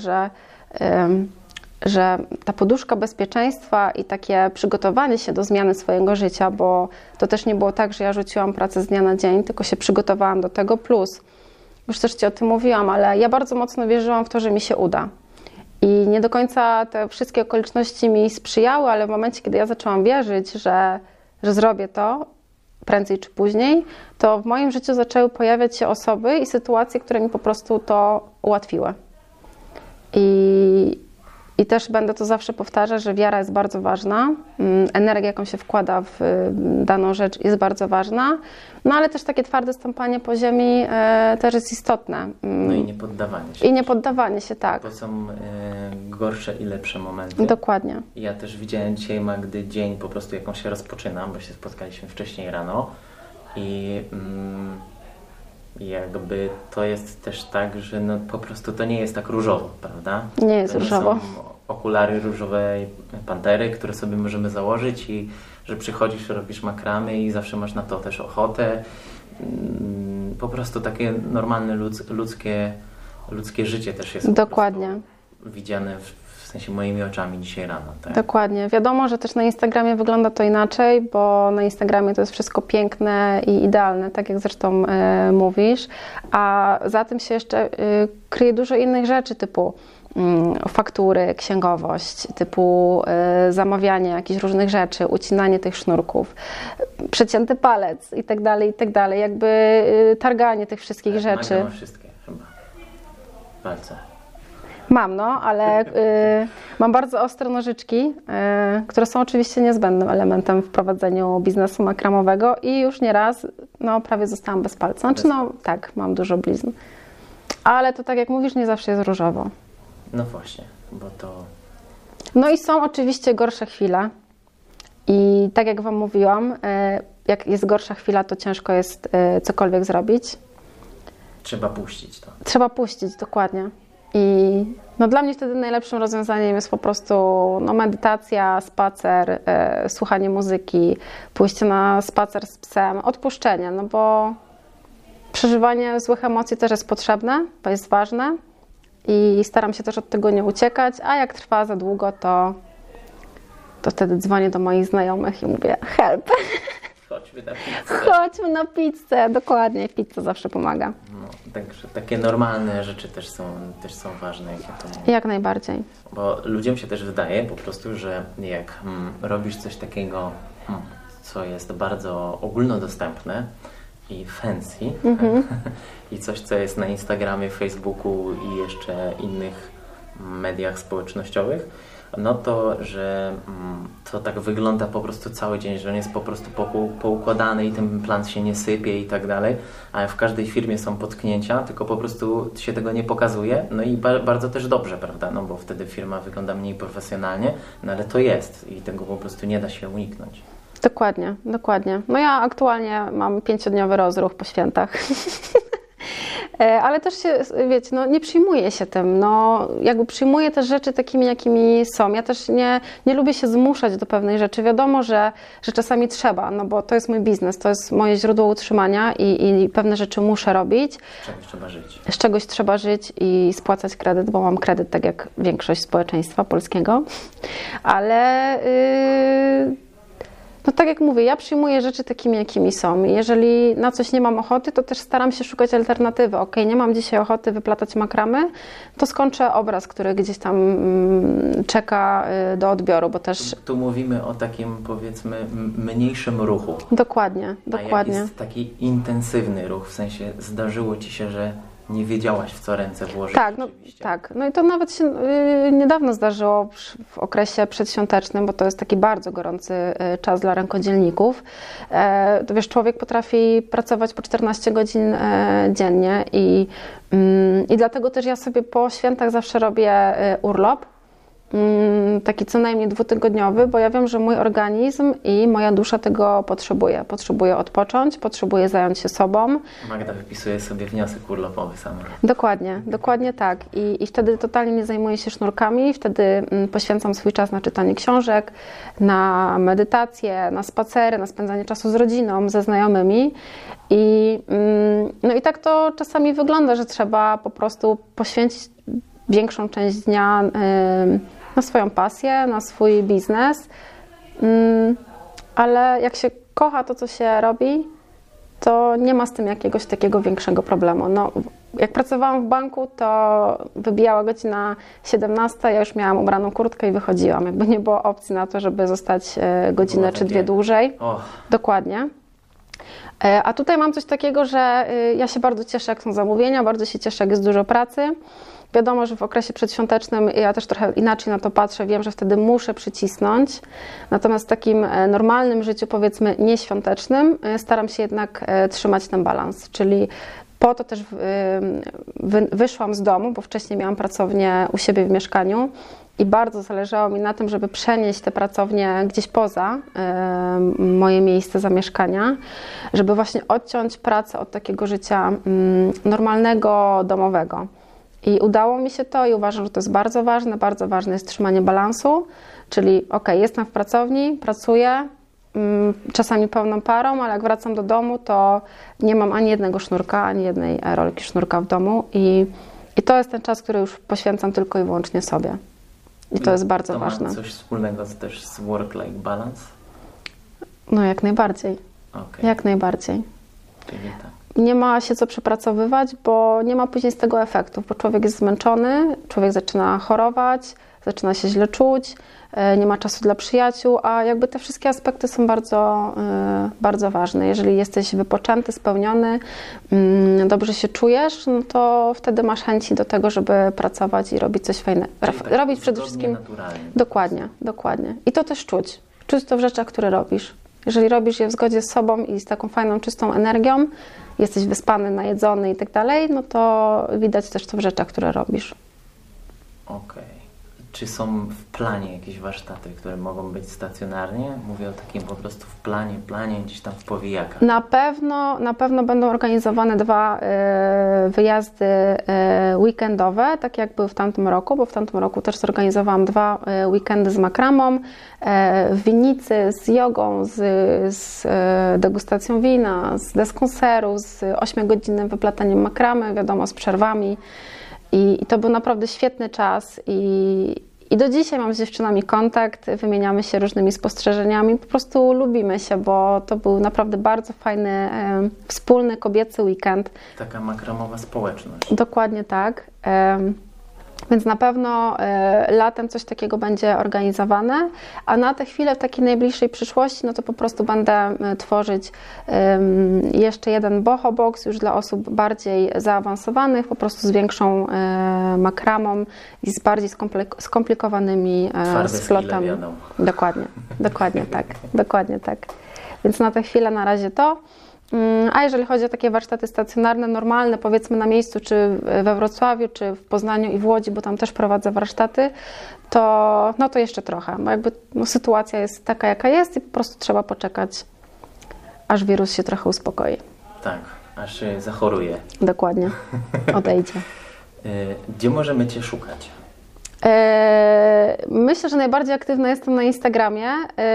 że ta poduszka bezpieczeństwa i takie przygotowanie się do zmiany swojego życia, bo to też nie było tak, że ja rzuciłam pracę z dnia na dzień, tylko się przygotowałam do tego, plus, już też Ci o tym mówiłam, ale ja bardzo mocno wierzyłam w to, że mi się uda. I nie do końca te wszystkie okoliczności mi sprzyjały, ale w momencie, kiedy ja zaczęłam wierzyć, że zrobię to prędzej czy później, to w moim życiu zaczęły pojawiać się osoby i sytuacje, które mi po prostu to ułatwiły. I też będę to zawsze powtarzać, że wiara jest bardzo ważna, energia, jaką się wkłada w daną rzecz, jest bardzo ważna, no ale też takie twarde stąpanie po ziemi też jest istotne. No i nie poddawanie się. I nie poddawanie się, tak. Bo są gorsze i lepsze momenty. Dokładnie. Ja też widziałem dzisiaj, Magdy, dzień po prostu, jaką się rozpoczynam, bo się spotkaliśmy wcześniej rano i jakby to jest też tak, że no po prostu to nie jest tak różowo, prawda? Nie jest to nie różowo. Są okulary różowej pantery, które sobie możemy założyć i że przychodzisz, robisz makramy i zawsze masz na to też ochotę. Po prostu takie normalne ludzkie życie też jest Dokładnie. po prostu widziane w sensie moimi oczami dzisiaj rano. Tak? Dokładnie. Wiadomo, że też na Instagramie wygląda to inaczej, bo na Instagramie to jest wszystko piękne i idealne, tak jak zresztą mówisz, a za tym się jeszcze kryje dużo innych rzeczy, typu faktury, księgowość, typu zamawianie jakichś różnych rzeczy, ucinanie tych sznurków, przecięty palec i tak dalej, jakby targanie tych wszystkich rzeczy. Magda ma wszystkie chyba. Palce. Mam, no, ale mam bardzo ostre nożyczki, które są oczywiście niezbędnym elementem w prowadzeniu biznesu makramowego i już nieraz, no, prawie zostałam bez palca. Znaczy, no, tak, mam dużo blizn. Ale to tak jak mówisz, nie zawsze jest różowo. No właśnie, bo to... No i są oczywiście gorsze chwile i tak jak Wam mówiłam, jak jest gorsza chwila, to ciężko jest cokolwiek zrobić. Trzeba puścić to. Trzeba puścić, dokładnie. I no dla mnie wtedy najlepszym rozwiązaniem jest po prostu no, medytacja, spacer, słuchanie muzyki, pójście na spacer z psem, odpuszczenie, no bo przeżywanie złych emocji też jest potrzebne, to jest ważne i staram się też od tego nie uciekać, a jak trwa za długo, to wtedy dzwonię do moich znajomych i mówię help. Chodźmy na pizzę. Chodźmy na pizzę, dokładnie, pizza zawsze pomaga. No, także takie normalne rzeczy też są ważne, jak ja to mówię. Jak najbardziej. Bo ludziom się też wydaje po prostu, że jak robisz coś takiego, co jest bardzo ogólnodostępne i fancy i coś, co jest na Instagramie, Facebooku i jeszcze innych mediach społecznościowych, no to, że to tak wygląda po prostu cały dzień, że on jest po prostu poukładany i ten plan się nie sypie i tak dalej, ale w każdej firmie są potknięcia, tylko po prostu się tego nie pokazuje, no i bardzo też dobrze, prawda, no bo wtedy firma wygląda mniej profesjonalnie, no ale to jest i tego po prostu nie da się uniknąć. Dokładnie, dokładnie. No ja aktualnie mam 5-dniowy rozruch po świętach. Ale też się, wiecie, no nie przyjmuję się tym, no jakby przyjmuję też rzeczy takimi, jakimi są. Ja też nie lubię się zmuszać do pewnej rzeczy. Wiadomo, że czasami trzeba, no bo to jest mój biznes, to jest moje źródło utrzymania i pewne rzeczy muszę robić. Z czegoś trzeba żyć. Z czegoś trzeba żyć i spłacać kredyt, bo mam kredyt tak jak większość społeczeństwa polskiego. Ale no tak jak mówię, ja przyjmuję rzeczy takimi, jakimi są. Jeżeli na coś nie mam ochoty, to też staram się szukać alternatywy. Okej, nie mam dzisiaj ochoty wyplatać makramy, to skończę obraz, który gdzieś tam czeka do odbioru, bo też... Tu mówimy o takim, powiedzmy, mniejszym ruchu. Dokładnie, A dokładnie. jak jest taki intensywny ruch, w sensie zdarzyło Ci się, że nie wiedziałaś, w co ręce włożyć. Tak, no, tak. No i to nawet się niedawno zdarzyło w okresie przedświątecznym, bo to jest taki bardzo gorący czas dla rękodzielników. To wiesz, człowiek potrafi pracować po 14 godzin dziennie i dlatego też ja sobie po świętach zawsze robię urlop. Taki co najmniej 2-tygodniowy, bo ja wiem, że mój organizm i moja dusza tego potrzebuje. Potrzebuje odpocząć, potrzebuje zająć się sobą. Magda wypisuje sobie wniosek urlopowy sama. Dokładnie tak. I wtedy totalnie nie zajmuję się sznurkami, wtedy poświęcam swój czas na czytanie książek, na medytację, na spacery, na spędzanie czasu z rodziną, ze znajomymi. No i tak to czasami wygląda, że trzeba po prostu poświęcić większą część dnia na swoją pasję, na swój biznes, ale jak się kocha to, co się robi, to nie ma z tym jakiegoś takiego większego problemu. No, jak pracowałam w banku, to wybijała godzina 17, ja już miałam ubraną kurtkę i wychodziłam. Jakby nie było opcji na to, żeby zostać godzinę czy dwie dłużej. Dokładnie. A tutaj mam coś takiego, że ja się bardzo cieszę, jak są zamówienia, bardzo się cieszę, jak jest dużo pracy. Wiadomo, że w okresie przedświątecznym ja też trochę inaczej na to patrzę, wiem, że wtedy muszę przycisnąć. Natomiast w takim normalnym życiu, powiedzmy nieświątecznym, staram się jednak trzymać ten balans. Czyli po to też wyszłam z domu, bo wcześniej miałam pracownię u siebie w mieszkaniu i bardzo zależało mi na tym, żeby przenieść te pracownie gdzieś poza moje miejsce zamieszkania, żeby właśnie odciąć pracę od takiego życia normalnego, domowego. I udało mi się to i uważam, że to jest bardzo ważne jest trzymanie balansu, czyli jestem w pracowni, pracuję, czasami pełną parą, ale jak wracam do domu, to nie mam ani jednego sznurka, ani jednej rolki sznurka w domu i to jest ten czas, który już poświęcam tylko i wyłącznie sobie. I to jest bardzo ważne. Ma coś wspólnego też z work-life balance? No jak najbardziej. Okay. Jak najbardziej. Czyli tak. Nie ma się co przepracowywać, bo nie ma później z tego efektów, bo człowiek jest zmęczony, człowiek zaczyna chorować, zaczyna się źle czuć, nie ma czasu dla przyjaciół, a jakby te wszystkie aspekty są bardzo, bardzo ważne. Jeżeli jesteś wypoczęty, spełniony, dobrze się czujesz, no to wtedy masz chęci do tego, żeby pracować i robić coś fajnego. Robić przede wszystkim naturalnie. Dokładnie. I to też czuć. Czuć to w rzeczach, które robisz. Jeżeli robisz je w zgodzie z sobą i z taką fajną, czystą energią, jesteś wyspany, najedzony i tak dalej, no to widać też to w rzeczach, które robisz. Okej. Czy są w planie jakieś warsztaty, które mogą być stacjonarnie? Mówię o takim po prostu w planie gdzieś tam w powijakach. Na pewno będą organizowane 2 wyjazdy weekendowe, tak jak były w tamtym roku, bo w tamtym roku też zorganizowałam 2 weekendy z makramą, w winnicy, z jogą, z degustacją wina, z deską seru, z 8-godzinnym wyplataniem makramy, wiadomo, z przerwami. I to był naprawdę świetny czas i do dzisiaj mam z dziewczynami kontakt, wymieniamy się różnymi spostrzeżeniami, po prostu lubimy się, bo to był naprawdę bardzo fajny, wspólny kobiecy weekend. Taka makramowa społeczność. Dokładnie tak. Więc na pewno latem coś takiego będzie organizowane, a na tę chwilę w takiej najbliższej przyszłości, no to po prostu będę tworzyć jeszcze jeden boho box już dla osób bardziej zaawansowanych, po prostu z większą makramą i z bardziej skomplikowanymi splotami. Dokładnie tak. Więc na tę chwilę na razie to. A jeżeli chodzi o takie warsztaty stacjonarne, normalne, powiedzmy na miejscu, czy we Wrocławiu, czy w Poznaniu i w Łodzi, bo tam też prowadzę warsztaty, to jeszcze trochę, bo jakby sytuacja jest taka, jaka jest i po prostu trzeba poczekać, aż wirus się trochę uspokoi. Tak, aż się zachoruje. Dokładnie, odejdzie. Gdzie możemy Cię szukać? Myślę, że najbardziej aktywna jestem na Instagramie,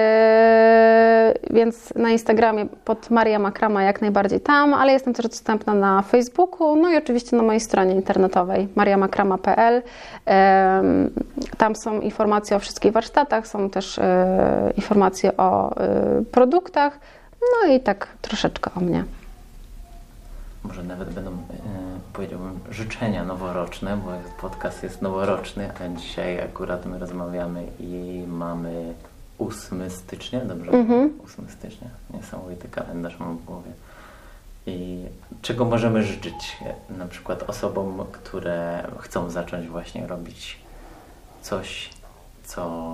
więc na Instagramie pod Maria Makrama jak najbardziej tam, ale jestem też dostępna na Facebooku, no i oczywiście na mojej stronie internetowej mariamakrama.pl. Tam są informacje o wszystkich warsztatach, są też informacje o produktach, no i tak troszeczkę o mnie. Może nawet będą, powiedziałbym, życzenia noworoczne, bo podcast jest noworoczny, a dzisiaj akurat my rozmawiamy i mamy 8 stycznia, dobrze? 8 stycznia, niesamowity kalendarz mam w głowie. I czego możemy życzyć na przykład osobom, które chcą zacząć właśnie robić coś, co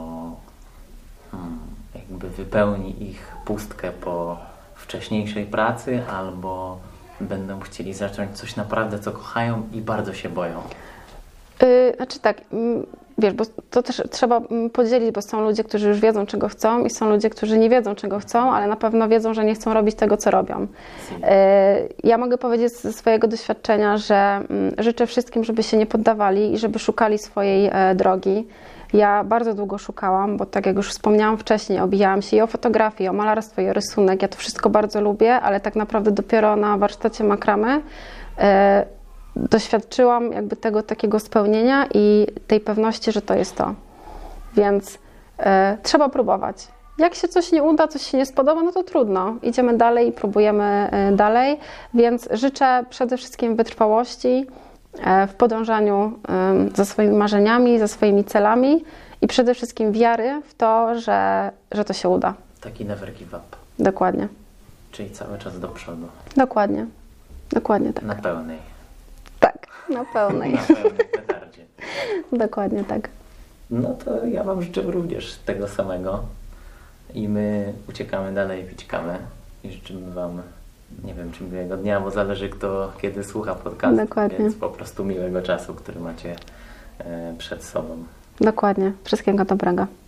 jakby wypełni ich pustkę po wcześniejszej pracy, albo będą chcieli zacząć coś naprawdę, co kochają i bardzo się boją? Znaczy tak, wiesz, bo to też trzeba podzielić, bo są ludzie, którzy już wiedzą, czego chcą i są ludzie, którzy nie wiedzą, czego chcą, ale na pewno wiedzą, że nie chcą robić tego, co robią. Ja mogę powiedzieć ze swojego doświadczenia, że życzę wszystkim, żeby się nie poddawali i żeby szukali swojej drogi. Ja bardzo długo szukałam, bo tak jak już wspomniałam wcześniej, obijałam się i o fotografię, i o malarstwo, i o rysunek. Ja to wszystko bardzo lubię, ale tak naprawdę dopiero na warsztacie makramy doświadczyłam jakby tego takiego spełnienia i tej pewności, że to jest to. Więc trzeba próbować. Jak się coś nie uda, coś się nie spodoba, no to trudno. Idziemy dalej i próbujemy dalej. Więc życzę przede wszystkim wytrwałości w podążaniu za swoimi marzeniami, za swoimi celami i przede wszystkim wiary w to, że to się uda. Taki never give up. Dokładnie. Czyli cały czas do przodu. Dokładnie. Dokładnie tak. Na pełnej. Tak, na pełnej. Na pełnej petardzie. Dokładnie tak. No to ja Wam życzę również tego samego. I my uciekamy dalej, wyciekamy. I życzymy Wam, nie wiem, czy miłego dnia, bo zależy kto kiedy słucha podcastu. Dokładnie. Więc po prostu miłego czasu, który macie przed sobą. Dokładnie. Wszystkiego dobrego.